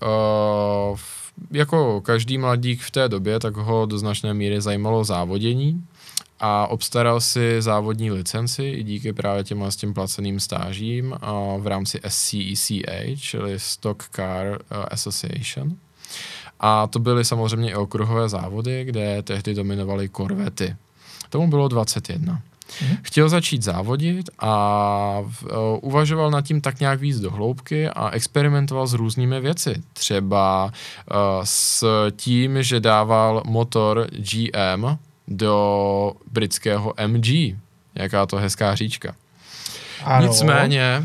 Jako každý mladík v té době, tak ho do značné míry zajímalo závodění a obstaral si závodní licenci i díky právě těmhle s tím placeným stážím v rámci SCECA, čili Stock Car Association. A to byly samozřejmě i okruhové závody, kde tehdy dominovaly korvety. Tomu bylo 21. Chtěl začít závodit a uvažoval nad tím tak nějak víc do hloubky a experimentoval s různými věci. Třeba s tím, že dával motor GM do britského MG. Jaká to hezká říčka. Ano. Nicméně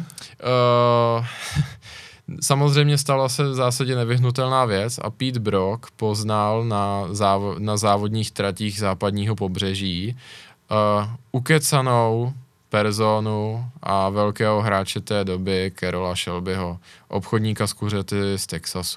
samozřejmě stala se v zásadě nevyhnutelná věc a Pete Brock poznal na závodních tratích západního pobřeží ukecanou personu a velkého hráče té doby Carola Shelbyho, obchodníka s kuřety z Texasu.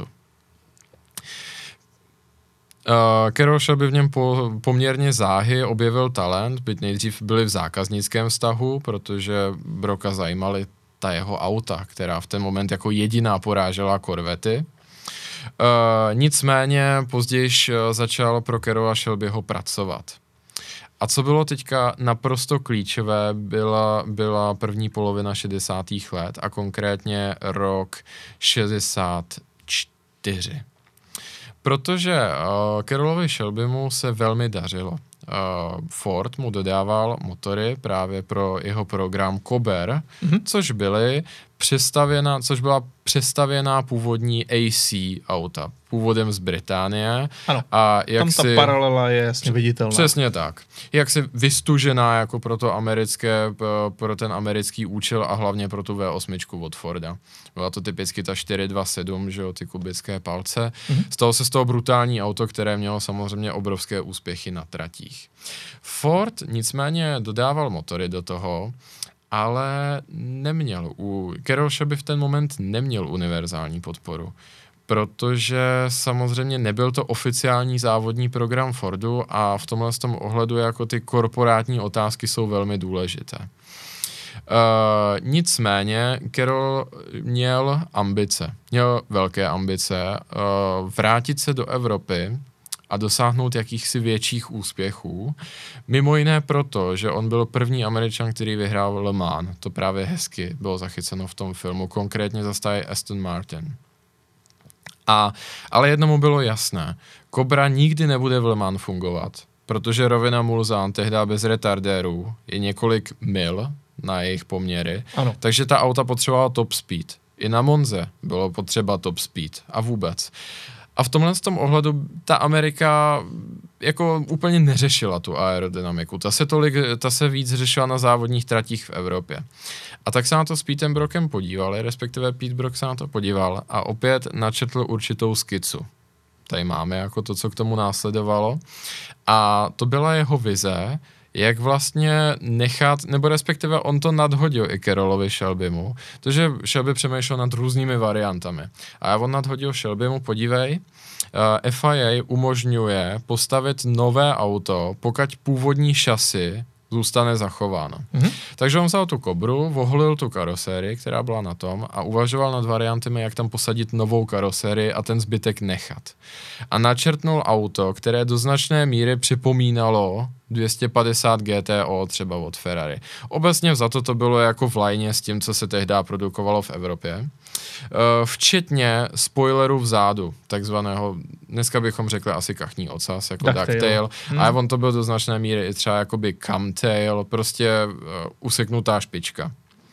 Carol Shelby v něm poměrně záhy objevil talent, byť nejdřív byli v zákaznickém vztahu, protože Brocka zajímaly ta jeho auta, která v ten moment jako jediná porážela korvety. Nicméně později začal pro Carola Shelbyho pracovat. A co bylo teďka naprosto klíčové, byla první polovina 60. let a konkrétně rok 64. Protože Carrollovi Shelbymu se velmi dařilo. Ford mu dodával motory právě pro jeho program Cobber, což byla přestavěná původní AC auta, původem z Británie. Ano, a jak tam ta paralela je jasně viditelná. Přesně tak. Jak si vystužená jako pro ten americký účel a hlavně pro tu V8 od Forda. Byla to typicky ta 427, že jo, ty kubické palce. Stalo se z toho brutální auto, které mělo samozřejmě obrovské úspěchy na tratích. Ford nicméně dodával motory do toho, ale Carroll Shelby v ten moment neměl univerzální podporu, protože samozřejmě nebyl to oficiální závodní program Fordu a v tomhle ohledu jako ty korporátní otázky jsou velmi důležité. Nicméně Carroll měl velké ambice vrátit se do Evropy a dosáhnout jakýchsi větších úspěchů. Mimo jiné proto, že on byl první Američan, který vyhrál Le Mans. To právě hezky bylo zachyceno v tom filmu, konkrétně za stáje Aston Martin. Ale jednomu bylo jasné, Cobra nikdy nebude v Le Mans fungovat, protože rovina Mulsanne tehdy bez retardérů je několik mil na jejich poměry, ano. Takže ta auta potřebovala top speed. I na Monze bylo potřeba top speed a vůbec. A v tomhle ohledu ta Amerika jako úplně neřešila tu aerodynamiku. Ta se víc řešila na závodních tratích v Evropě. A tak se na to s Petem Brockem podívali, respektive Pete Brock se na to podíval a opět načetl určitou skicu. Tady máme jako to, co k tomu následovalo. A to byla jeho vize, jak vlastně nechat, nebo respektive on to nadhodil i Carrollovi Shelbymu, protože Shelby přemýšlel nad různými variantami. A on nadhodil Shelbymu, podívej, FIA umožňuje postavit nové auto, pokud původní šasy zůstane zachováno. Takže on vzal tu Cobru, oholil tu karosérii, která byla na tom a uvažoval nad variantami, jak tam posadit novou karosérii a ten zbytek nechat. A načrtnul auto, které do značné míry připomínalo 250 GTO třeba od Ferrari. Obecně vzato to bylo jako v lajně s tím, co se tehdy produkovalo v Evropě. Včetně spoileru vzadu, takzvaného, dneska bychom řekli asi kachní ocas, jako ducktail. A on to byl do značné míry i třeba jakoby camtail, prostě useknutá špička.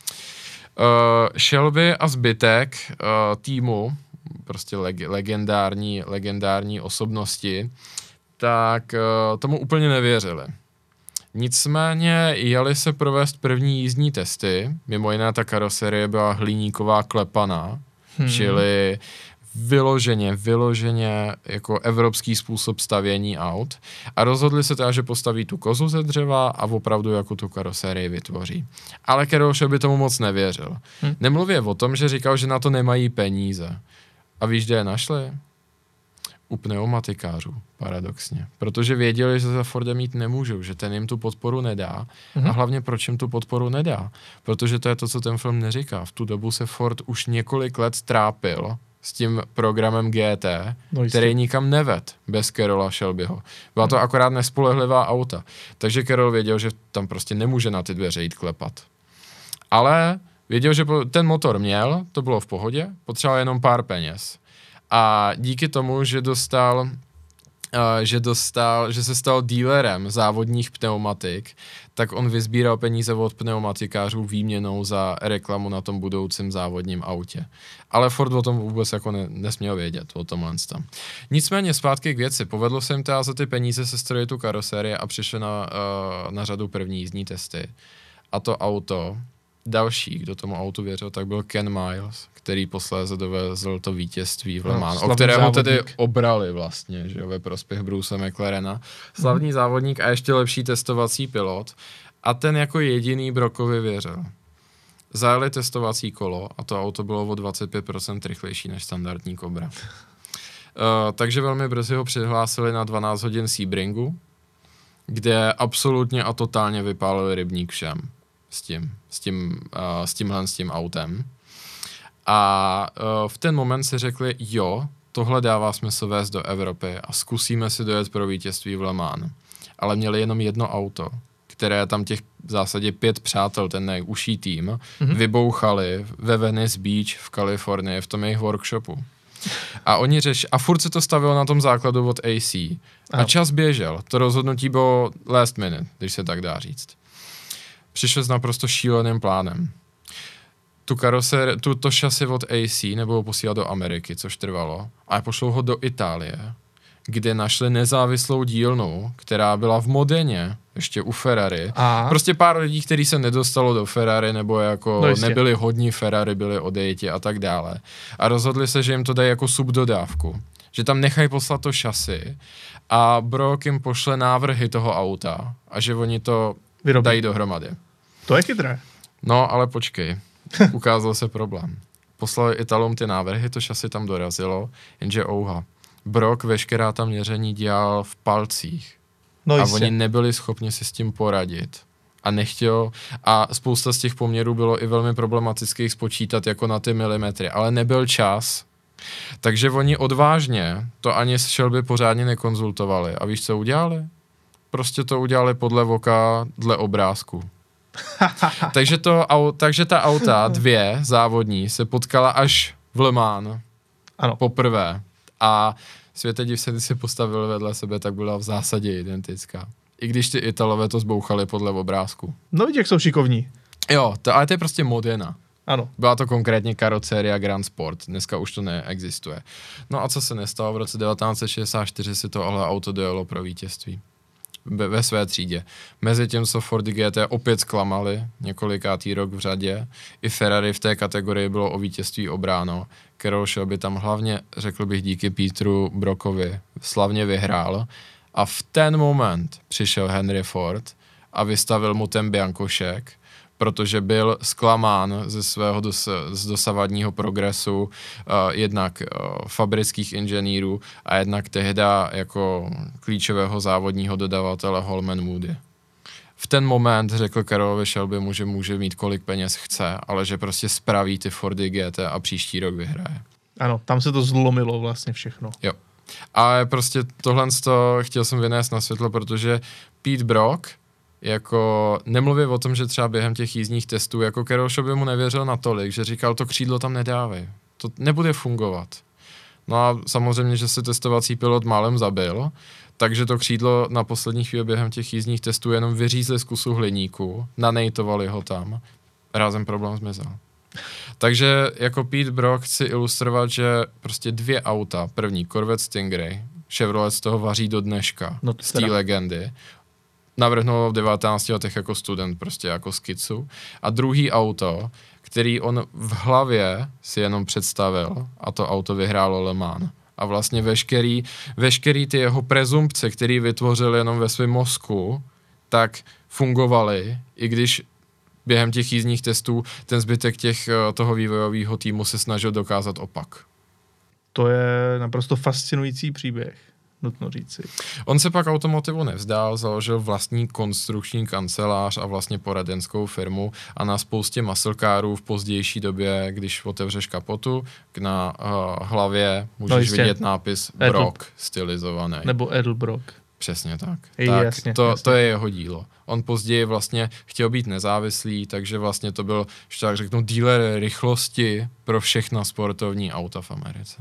Shelby a zbytek týmu, prostě legendární osobnosti, tak tomu úplně nevěřili. Nicméně jeli se provést první jízdní testy, mimo jiné ta karoserie byla hliníková klepaná, čili vyloženě jako evropský způsob stavění aut a rozhodli se teda, že postaví tu kozu ze dřeva a opravdu jako tu karosérii vytvoří. Ale Carroll Shelby tomu moc nevěřil. Nemluvě o tom, že říkal, že na to nemají peníze. A víš, kde je našli? U pneumatikářů, paradoxně. Protože věděli, že za Fordem mít nemůžou, že ten jim tu podporu nedá. A hlavně proč jim tu podporu nedá? Protože to je to, co ten film neříká. V tu dobu se Ford už několik let trápil s tím programem GT, který nikam neved bez Carrolla Shelbyho. Byla to akorát nespolehlivá auta. Takže Carroll věděl, že tam prostě nemůže na ty dveře jít klepat. Ale věděl, že ten motor měl, to bylo v pohodě, potřeboval jenom pár peněz. A díky tomu, že se stal dílerem závodních pneumatik, tak on vysbíral peníze od pneumatikářů výměnou za reklamu na tom budoucím závodním autě. Ale Ford o tom vůbec jako nesměl vědět, o tomhle tam. Nicméně zpátky k věci. Povedlo se jim teda za ty peníze sestrojit tu karosérii a přišli na řadu první jízdní testy. A to auto, další, kdo tomu autu věřil, tak byl Ken Miles, který posléze dovezl to vítězství v Le Mans, o kterého tedy obrali vlastně, že jo, ve prospěch Bruce McLarena. Slavný závodník a ještě lepší testovací pilot. A ten jako jediný Brockovi věřil. Zajeli testovací kolo a to auto bylo o 25% rychlejší než standardní Cobra. Takže velmi brzy ho přihlásili na 12 hodin Sebringu, kde absolutně a totálně vypálili rybník všem s tím autem. A v ten moment si řekli, jo, tohle dává smysl vést do Evropy a zkusíme si dojet pro vítězství v Le Mans. Ale měli jenom jedno auto, které tam těch v zásadě 5 přátel, ten nejužší tým, vybouchali ve Venice Beach v Kalifornii v tom jejich workshopu. A oni a furt se to stavilo na tom základu od AC. A čas běžel. To rozhodnutí bylo last minute, když se tak dá říct. Přišel s naprosto šíleným plánem. To šasi od AC nebo posílat do Ameriky, což trvalo, a pošlou ho do Itálie, kde našli nezávislou dílnu, která byla v Modeně, ještě u Ferrari. Prostě pár lidí, kteří se nedostalo do Ferrari, nebo jako nebyli hodní Ferrari, byli odejiti a tak dále. A rozhodli se, že jim to dají jako subdodávku. Že tam nechají poslat to šasi a Brock jim pošle návrhy toho auta a že oni to dají dohromady. To je chytré. No, ale počkej. Ukázal se problém. Poslali Italům ty návrhy, to šasi tam dorazilo, jenže ouha. Brock veškerá ta měření dělal v palcích. No a oni nebyli schopni si s tím poradit. A nechtěl, a spousta z těch poměrů bylo i velmi problematických spočítat jako na ty milimetry, ale nebyl čas. Takže oni odvážně to ani s Shelby pořádně nekonzultovali. A víš, co udělali? Prostě to udělali podle voka, dle obrázku. Takže ta auta, 2 závodní, se potkala až v Le Mans. Ano. Poprvé. A světe div se, když si postavili vedle sebe, tak byla v zásadě identická. I když ty Italové to zbouchali podle obrázku. No vidíš, jak jsou šikovní. Jo, ale to je prostě Modena. Ano. Byla to konkrétně karoséria Grand Sport, dneska už to neexistuje. No a co se nestalo, v roce 1964 si to ale auto dojelo pro vítězství. Ve své třídě. Mezitím se Fordi GT opět zklamali, několikátý rok v řadě. I Ferrari v té kategorii bylo o vítězství obráno. Carroll Shelby tam hlavně, řekl bych, díky Peteru Brockovi slavně vyhrál. A v ten moment přišel Henry Ford a vystavil mu ten biankošek, protože byl zklamán ze svého z dosavadního progresu jednak fabrických inženýrů a jednak tehda jako klíčového závodního dodavatele Holman Moody. V ten moment řekl Carrollovi Shelbymu, že může mít kolik peněz chce, ale že prostě spraví ty Fordi GT a příští rok vyhraje. Ano, tam se to zlomilo vlastně všechno. Jo. A prostě tohle chtěl jsem vynést na světlo, protože Pete Brock jako nemluvím o tom, že třeba během těch jízdních testů jako Carroll Shelby mu nevěřil natolik, že říkal, to křídlo tam nedávej, to nebude fungovat. No a samozřejmě, že se testovací pilot málem zabil, takže to křídlo na poslední chvíli během těch jízdních testů jenom vyřízli z kusu hliníku, nanejtovali ho tam, rázem problém zmizel. Takže jako Pete Brock chci ilustrovat, že prostě 2 auta, první Corvette Stingray, Chevrolet z toho vaří do dneška, z té legendy, navrhnul v 19 letech jako student, prostě jako skicu. A druhý auto, který on v hlavě si jenom představil, a to auto vyhrálo Le Mans. A vlastně veškerý ty jeho prezumpce, který vytvořil jenom ve svém mozku, tak fungovaly, i když během těch jízdních testů ten zbytek toho vývojového týmu se snažil dokázat opak. To je naprosto fascinující příběh, nutno říci. On se pak automotivu nevzdál, založil vlastní konstrukční kancelář a vlastně poradenskou firmu a na spoustě muscle carů v pozdější době, když otevřeš kapotu, na hlavě můžeš vidět nápis Brock stylizovaný. Nebo Edelbrock. Přesně tak. Jasně. To je jeho dílo. On později vlastně chtěl být nezávislý, takže vlastně to byl, že tak řeknu, dealer rychlosti pro všechna sportovní auta v Americe.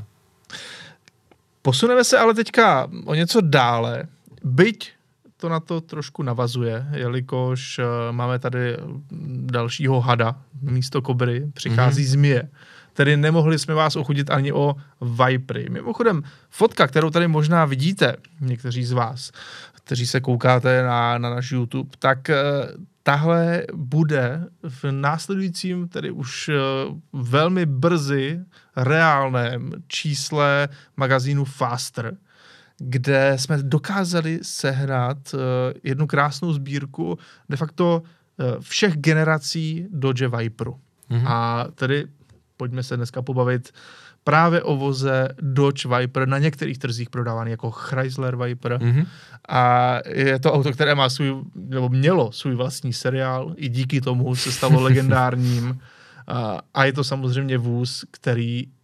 Posuneme se ale teďka o něco dále, byť to na to trošku navazuje, jelikož máme tady dalšího hada, místo kobry přichází zmije. Tedy nemohli jsme vás ochudit ani o Vipery. Mimochodem, fotka, kterou tady možná vidíte, někteří z vás, kteří se koukáte na náš YouTube, tak tahle bude v následujícím, tedy už velmi brzy reálném čísle magazínu Faster, kde jsme dokázali sehnat jednu krásnou sbírku de facto všech generací Dodge Viperu. A tedy pojďme se dneska pobavit právě o voze Dodge Viper, na některých trzích prodávaný jako Chrysler Viper. A je to auto, které má mělo svůj vlastní seriál, i díky tomu se stalo legendárním. A je to samozřejmě vůz, který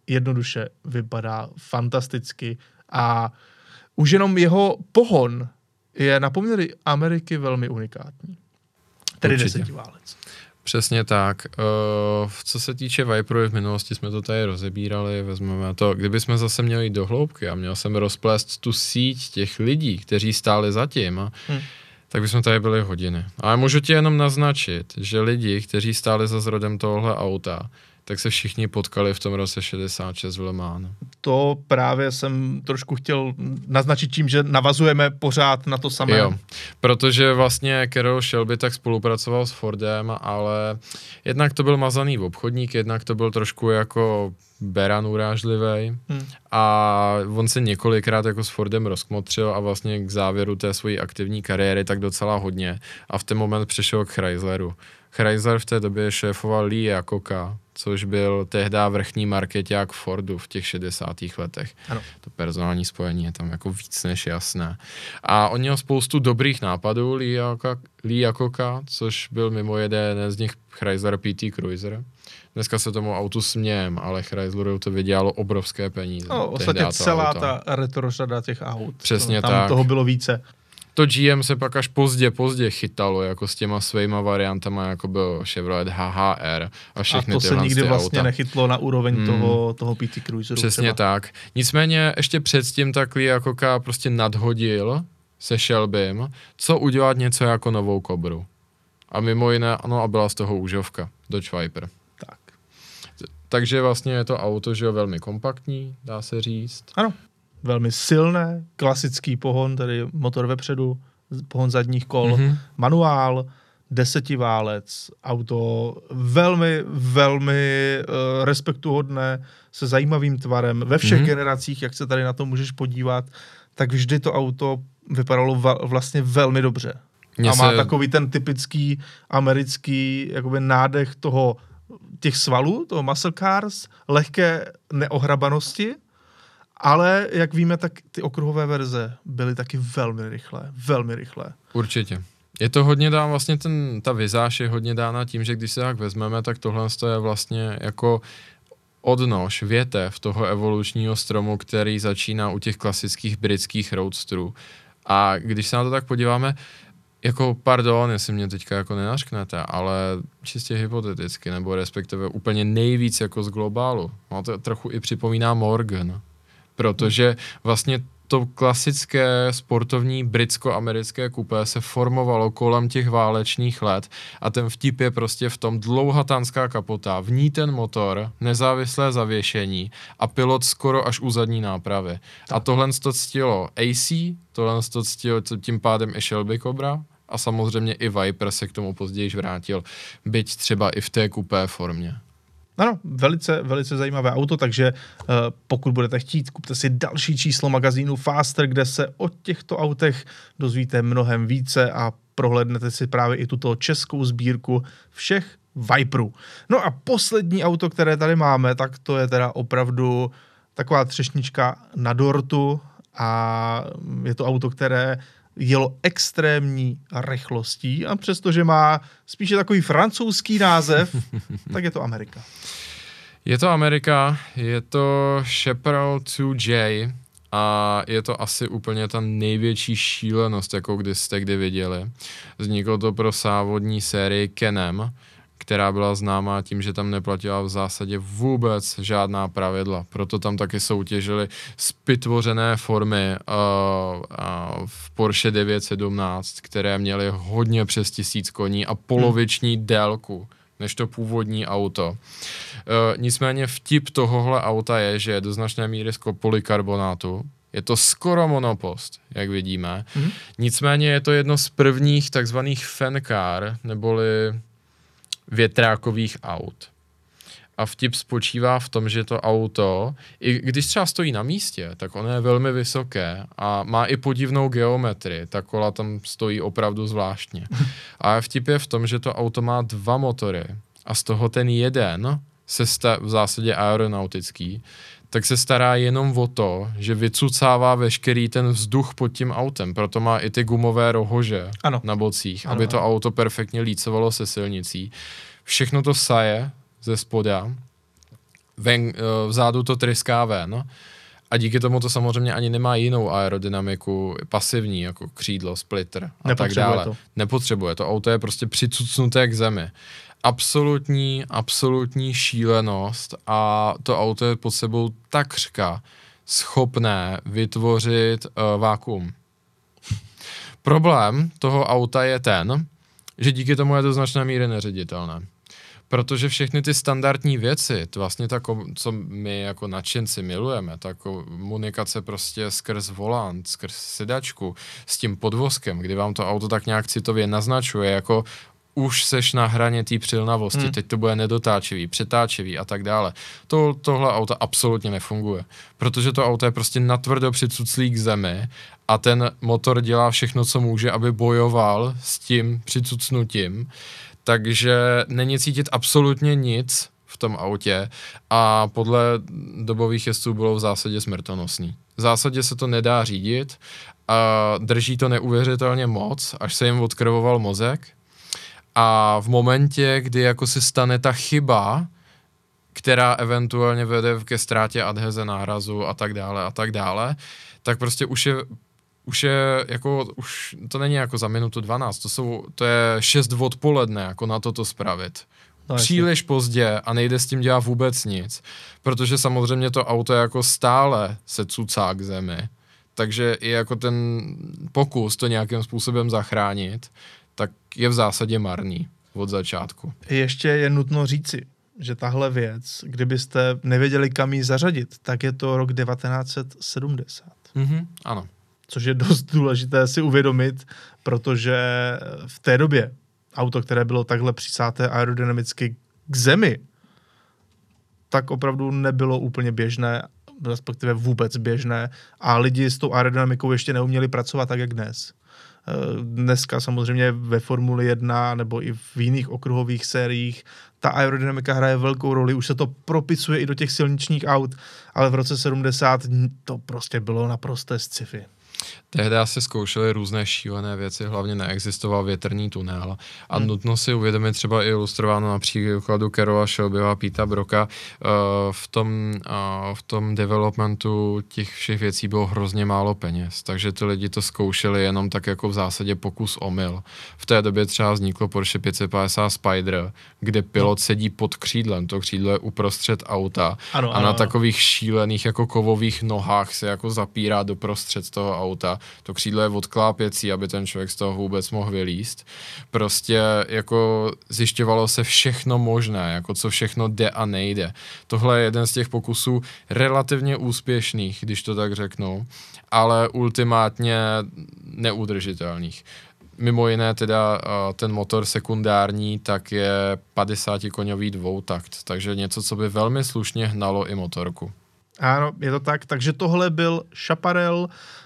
jednoduše vypadá fantasticky a už jenom jeho pohon je na poměry Ameriky velmi unikátní. Tedy desetiválec. Přesně tak. Co se týče Viperu, v minulosti jsme to tady rozebírali, vezmeme to, kdybychom zase měli jít do hloubky a měl jsem rozplést tu síť těch lidí, kteří stáli za tím, tak bychom tady byli hodiny. Ale můžu ti jenom naznačit, že lidi, kteří stáli za zrodem tohohle auta, tak se všichni potkali v tom roce 66 v Le Mans. To právě jsem trošku chtěl naznačit tím, že navazujeme pořád na to samé. Jo, protože vlastně Carroll Shelby tak spolupracoval s Fordem, ale jednak to byl mazaný obchodník, jednak to byl trošku jako beran urážlivej a on se několikrát jako s Fordem rozkmotřil a vlastně k závěru té své aktivní kariéry tak docela hodně a v ten moment přešel k Chrysleru. Chrysler v té době šéfoval Lee Iacocca, což byl tehdy vrchní markeťák Fordu v těch 60. letech. Ano. To personální spojení je tam jako víc než jasné. A on měl spoustu dobrých nápadů, Lee Iacocca, což byl mimo jeden z nich Chrysler PT Cruiser. Dneska se tomu autu smějem, ale Chrysleru to vydělalo obrovské peníze. No, ostatně celá ta retro řada těch aut. Přesně tam tak. Toho bylo více. To GM se pak až pozdě chytalo jako s těma svýma variantama, jako byl Chevrolet HHR a všechny a to se nikdy vlastně auta. Nechytlo na úroveň toho PT Cruiseru. Přesně třeba. tak. Nicméně ještě předtím tak Lee Iacocca prostě nadhodil se Shelbym, co udělat něco jako novou Cobru. A mimo jiné, ano, a byla z toho úžovka, Dodge Viper. Tak. Takže vlastně je to auto, že je velmi kompaktní, dá se říct. Ano. Velmi silné, klasický pohon, tedy motor vepředu, pohon zadních kol, manuál, desetiválec, auto velmi respektuhodné, se zajímavým tvarem. Ve všech generacích, jak se tady na to můžeš podívat, tak vždy to auto vypadalo vlastně velmi dobře. A má takový ten typický americký jakoby nádech těch svalů, toho muscle cars, lehké neohrabanosti, ale jak víme, tak ty okruhové verze byly taky velmi rychlé. Určitě. Je to hodně dá, vlastně ta vizáž je hodně dána tím, že když se tak vezmeme, tak tohle je vlastně jako odnož, větev toho evolučního stromu, který začíná u těch klasických britských roadsterů. A když se na to tak podíváme, jako pardon, jestli mě teďka jako nenařknete, ale čistě hypoteticky, nebo respektive úplně nejvíc jako z globálu. No to trochu i připomíná Morgan, protože vlastně to klasické sportovní britsko-americké kupé se formovalo kolem těch válečných let a ten vtip je prostě v tom dlouhatánská kapota, v ní ten motor, nezávislé zavěšení a pilot skoro až u zadní nápravy. A tohle to ctilo AC, tohle to ctilo tím pádem i Shelby Cobra a samozřejmě i Viper se k tomu později vrátil, byť třeba i v té kupé formě. Ano, velice zajímavé auto, takže pokud budete chtít, kupte si další číslo magazínu Faster, kde se o těchto autech dozvíte mnohem více a prohlédnete si právě i tuto českou sbírku všech Viperů. No a poslední auto, které tady máme, tak to je teda opravdu taková třešnička na dortu a je to auto, které jelo extrémní rychlostí a přestože má spíše takový francouzský název, tak je to Amerika. Je to Amerika, je to Chaparral 2J a je to asi úplně ta největší šílenost, jakou jste kdy viděli. Vzniklo to pro závodní sérii Can-Am, která byla známá tím, že tam neplatila v zásadě vůbec žádná pravidla. Proto tam taky soutěžili zpytvořené formy v Porsche 917, které měly hodně přes 1000 koní a poloviční délku než to původní auto. Nicméně vtip tohohle auta je, že je do značné míry z polykarbonátu. Je to skoro monopost, jak vidíme. Nicméně je to jedno z prvních takzvaných fan car, neboli větrákových aut. A vtip spočívá v tom, že to auto, i když třeba stojí na místě, tak ono je velmi vysoké a má i podivnou geometrii. Ta kola tam stojí opravdu zvláštně. A vtip je v tom, že to auto má 2 motory a z toho ten jeden v zásadě aeronautický, tak se stará jenom o to, že vycucává veškerý ten vzduch pod tím autem, proto má i ty gumové rohože na bocích, aby to auto perfektně lícovalo se silnicí. Všechno to saje ze spoda vzadu to tryská ven. A díky tomu to samozřejmě ani nemá jinou aerodynamiku pasivní, jako křídlo, splitter a tak dále. Nepotřebuje to. Auto je prostě přicucnuté k zemi. Absolutní šílenost a to auto je pod sebou takřka schopné vytvořit vákuum. Problém toho auta je ten, že díky tomu je do značné míry neředitelné. Protože všechny ty standardní věci, to vlastně co my jako nadšenci milujeme, ta komunikace prostě skrz volant, skrz sedačku, s tím podvozkem, kdy vám to auto tak nějak citově naznačuje, jako už seš na hraně té přilnavosti, teď to bude nedotáčivý, přetáčivý a tak dále. Tohle auto absolutně nefunguje, protože to auto je prostě natvrdo přicuclý k zemi a ten motor dělá všechno, co může, aby bojoval s tím přicucnutím, takže není cítit absolutně nic v tom autě a podle dobových jezdců bylo v zásadě smrtonosný. V zásadě se to nedá řídit a drží to neuvěřitelně moc, až se jim odkrvoval mozek. A v momentě, kdy jako se stane ta chyba, která eventuálně vede ke ztrátě adheze, nárazu a tak dále, tak prostě už to není jako za minutu 12, to je 6 odpoledne, jako na to spravit. No, příliš pozdě a nejde s tím dělat vůbec nic, protože samozřejmě to auto jako stále se cucá k zemi, takže i jako ten pokus to nějakým způsobem zachránit, tak je v zásadě marný od začátku. Ještě je nutno říci, že tahle věc, kdybyste nevěděli, kam ji zařadit, tak je to rok 1970. Ano. Což je dost důležité si uvědomit, protože v té době auto, které bylo takhle přisáté aerodynamicky k zemi, tak opravdu nebylo úplně běžné, respektive vůbec běžné a lidi s tou aerodynamikou ještě neuměli pracovat tak, jak dnes. Dneska samozřejmě ve Formuli 1 nebo i v jiných okruhových sériích ta aerodynamika hraje velkou roli, už se to propisuje i do těch silničních aut, ale v roce 70 to prostě bylo naprosté sci-fi. Tehdy se zkoušely různé šílené věci, hlavně neexistoval větrný tunel a nutno si uvědomit třeba i ilustrováno na příkladu Carrolla Shelbyho a Peta Brocka, v tom developmentu těch všech věcí bylo hrozně málo peněz, takže ty lidi to zkoušeli jenom tak jako v zásadě pokus omyl. V té době třeba vzniklo Porsche 550 Spider, kde pilot sedí pod křídlem, to křídlo je uprostřed auta a na takových šílených jako kovových nohách se jako zapírá doprostřed toho auta. To křídlo je odklápěcí, aby ten člověk z toho vůbec mohl vylízt. Prostě jako zjišťovalo se všechno možné, jako co všechno jde a nejde. Tohle je jeden z těch pokusů relativně úspěšných, když to tak řeknu, ale ultimátně neudržitelných. Mimo jiné teda ten motor sekundární tak je 50-koňový dvoutakt, takže něco, co by velmi slušně hnalo i motorku. Ano, je to tak. Takže tohle byl Chaparral,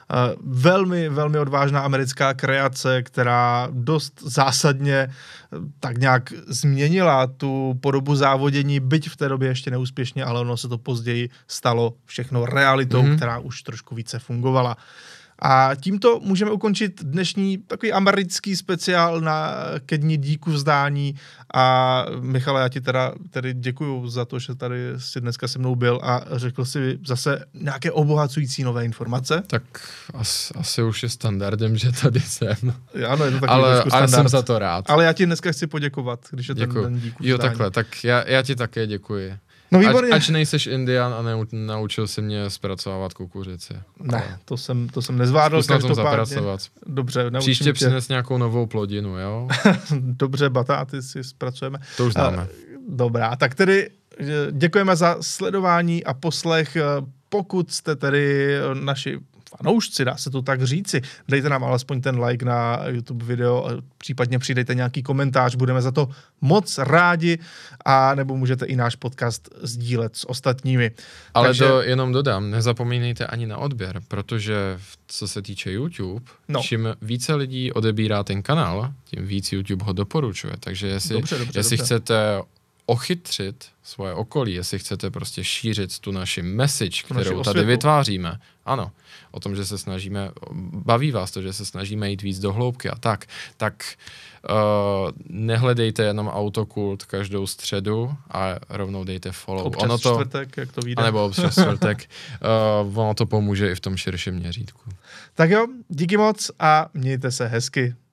velmi, velmi odvážná americká kreace, která dost zásadně tak nějak změnila tu podobu závodění, byť v té době ještě neúspěšně, ale ono se to později stalo všechno realitou, která už trošku více fungovala. A tímto můžeme ukončit dnešní takový americký speciál ke dni díku vzdání. A Michale, já ti tedy děkuju za to, že tady si dneska se mnou byl a řekl si zase nějaké obohacující nové informace. Tak asi už je standardem, že tady jsem. Ano, je to takový trošku standard. Ale jsem za to rád. Ale já ti dneska chci poděkovat, když je ten den díku vzdání. Jo, takhle, tak já ti také děkuji. No Ač nejseš Indian a naučil si mě zpracovávat kukuřici. Ne, to jsem nezvládl. Zkus na tom zapracovat. Dobře, naučím příště přines nějakou novou plodinu, jo? Dobře, batáty si zpracujeme. To už známe. Dobrá, tak tedy děkujeme za sledování a poslech. Pokud jste tedy naši fanoušci, dá se to tak říci, dejte nám alespoň ten like na YouTube video, případně přidejte nějaký komentář, budeme za to moc rádi, a nebo můžete i náš podcast sdílet s ostatními. Ale takže to jenom dodám, nezapomínejte ani na odběr, protože co se týče YouTube, čím více lidí odebírá ten kanál, tím víc YouTube ho doporučuje, takže jestli chcete ochytřit svoje okolí, jestli chcete prostě šířit tu naši message, kterou naši tady vytváříme, ano, o tom, že se snažíme, baví vás to, že se snažíme jít víc do hloubky a tak nehledejte jenom autokult každou středu a rovnou dejte follow. Občas čtvrtek, jak to vyjde. Anebo občas čtvrtek. Ono to pomůže i v tom širším měřítku. Tak jo, díky moc a mějte se hezky.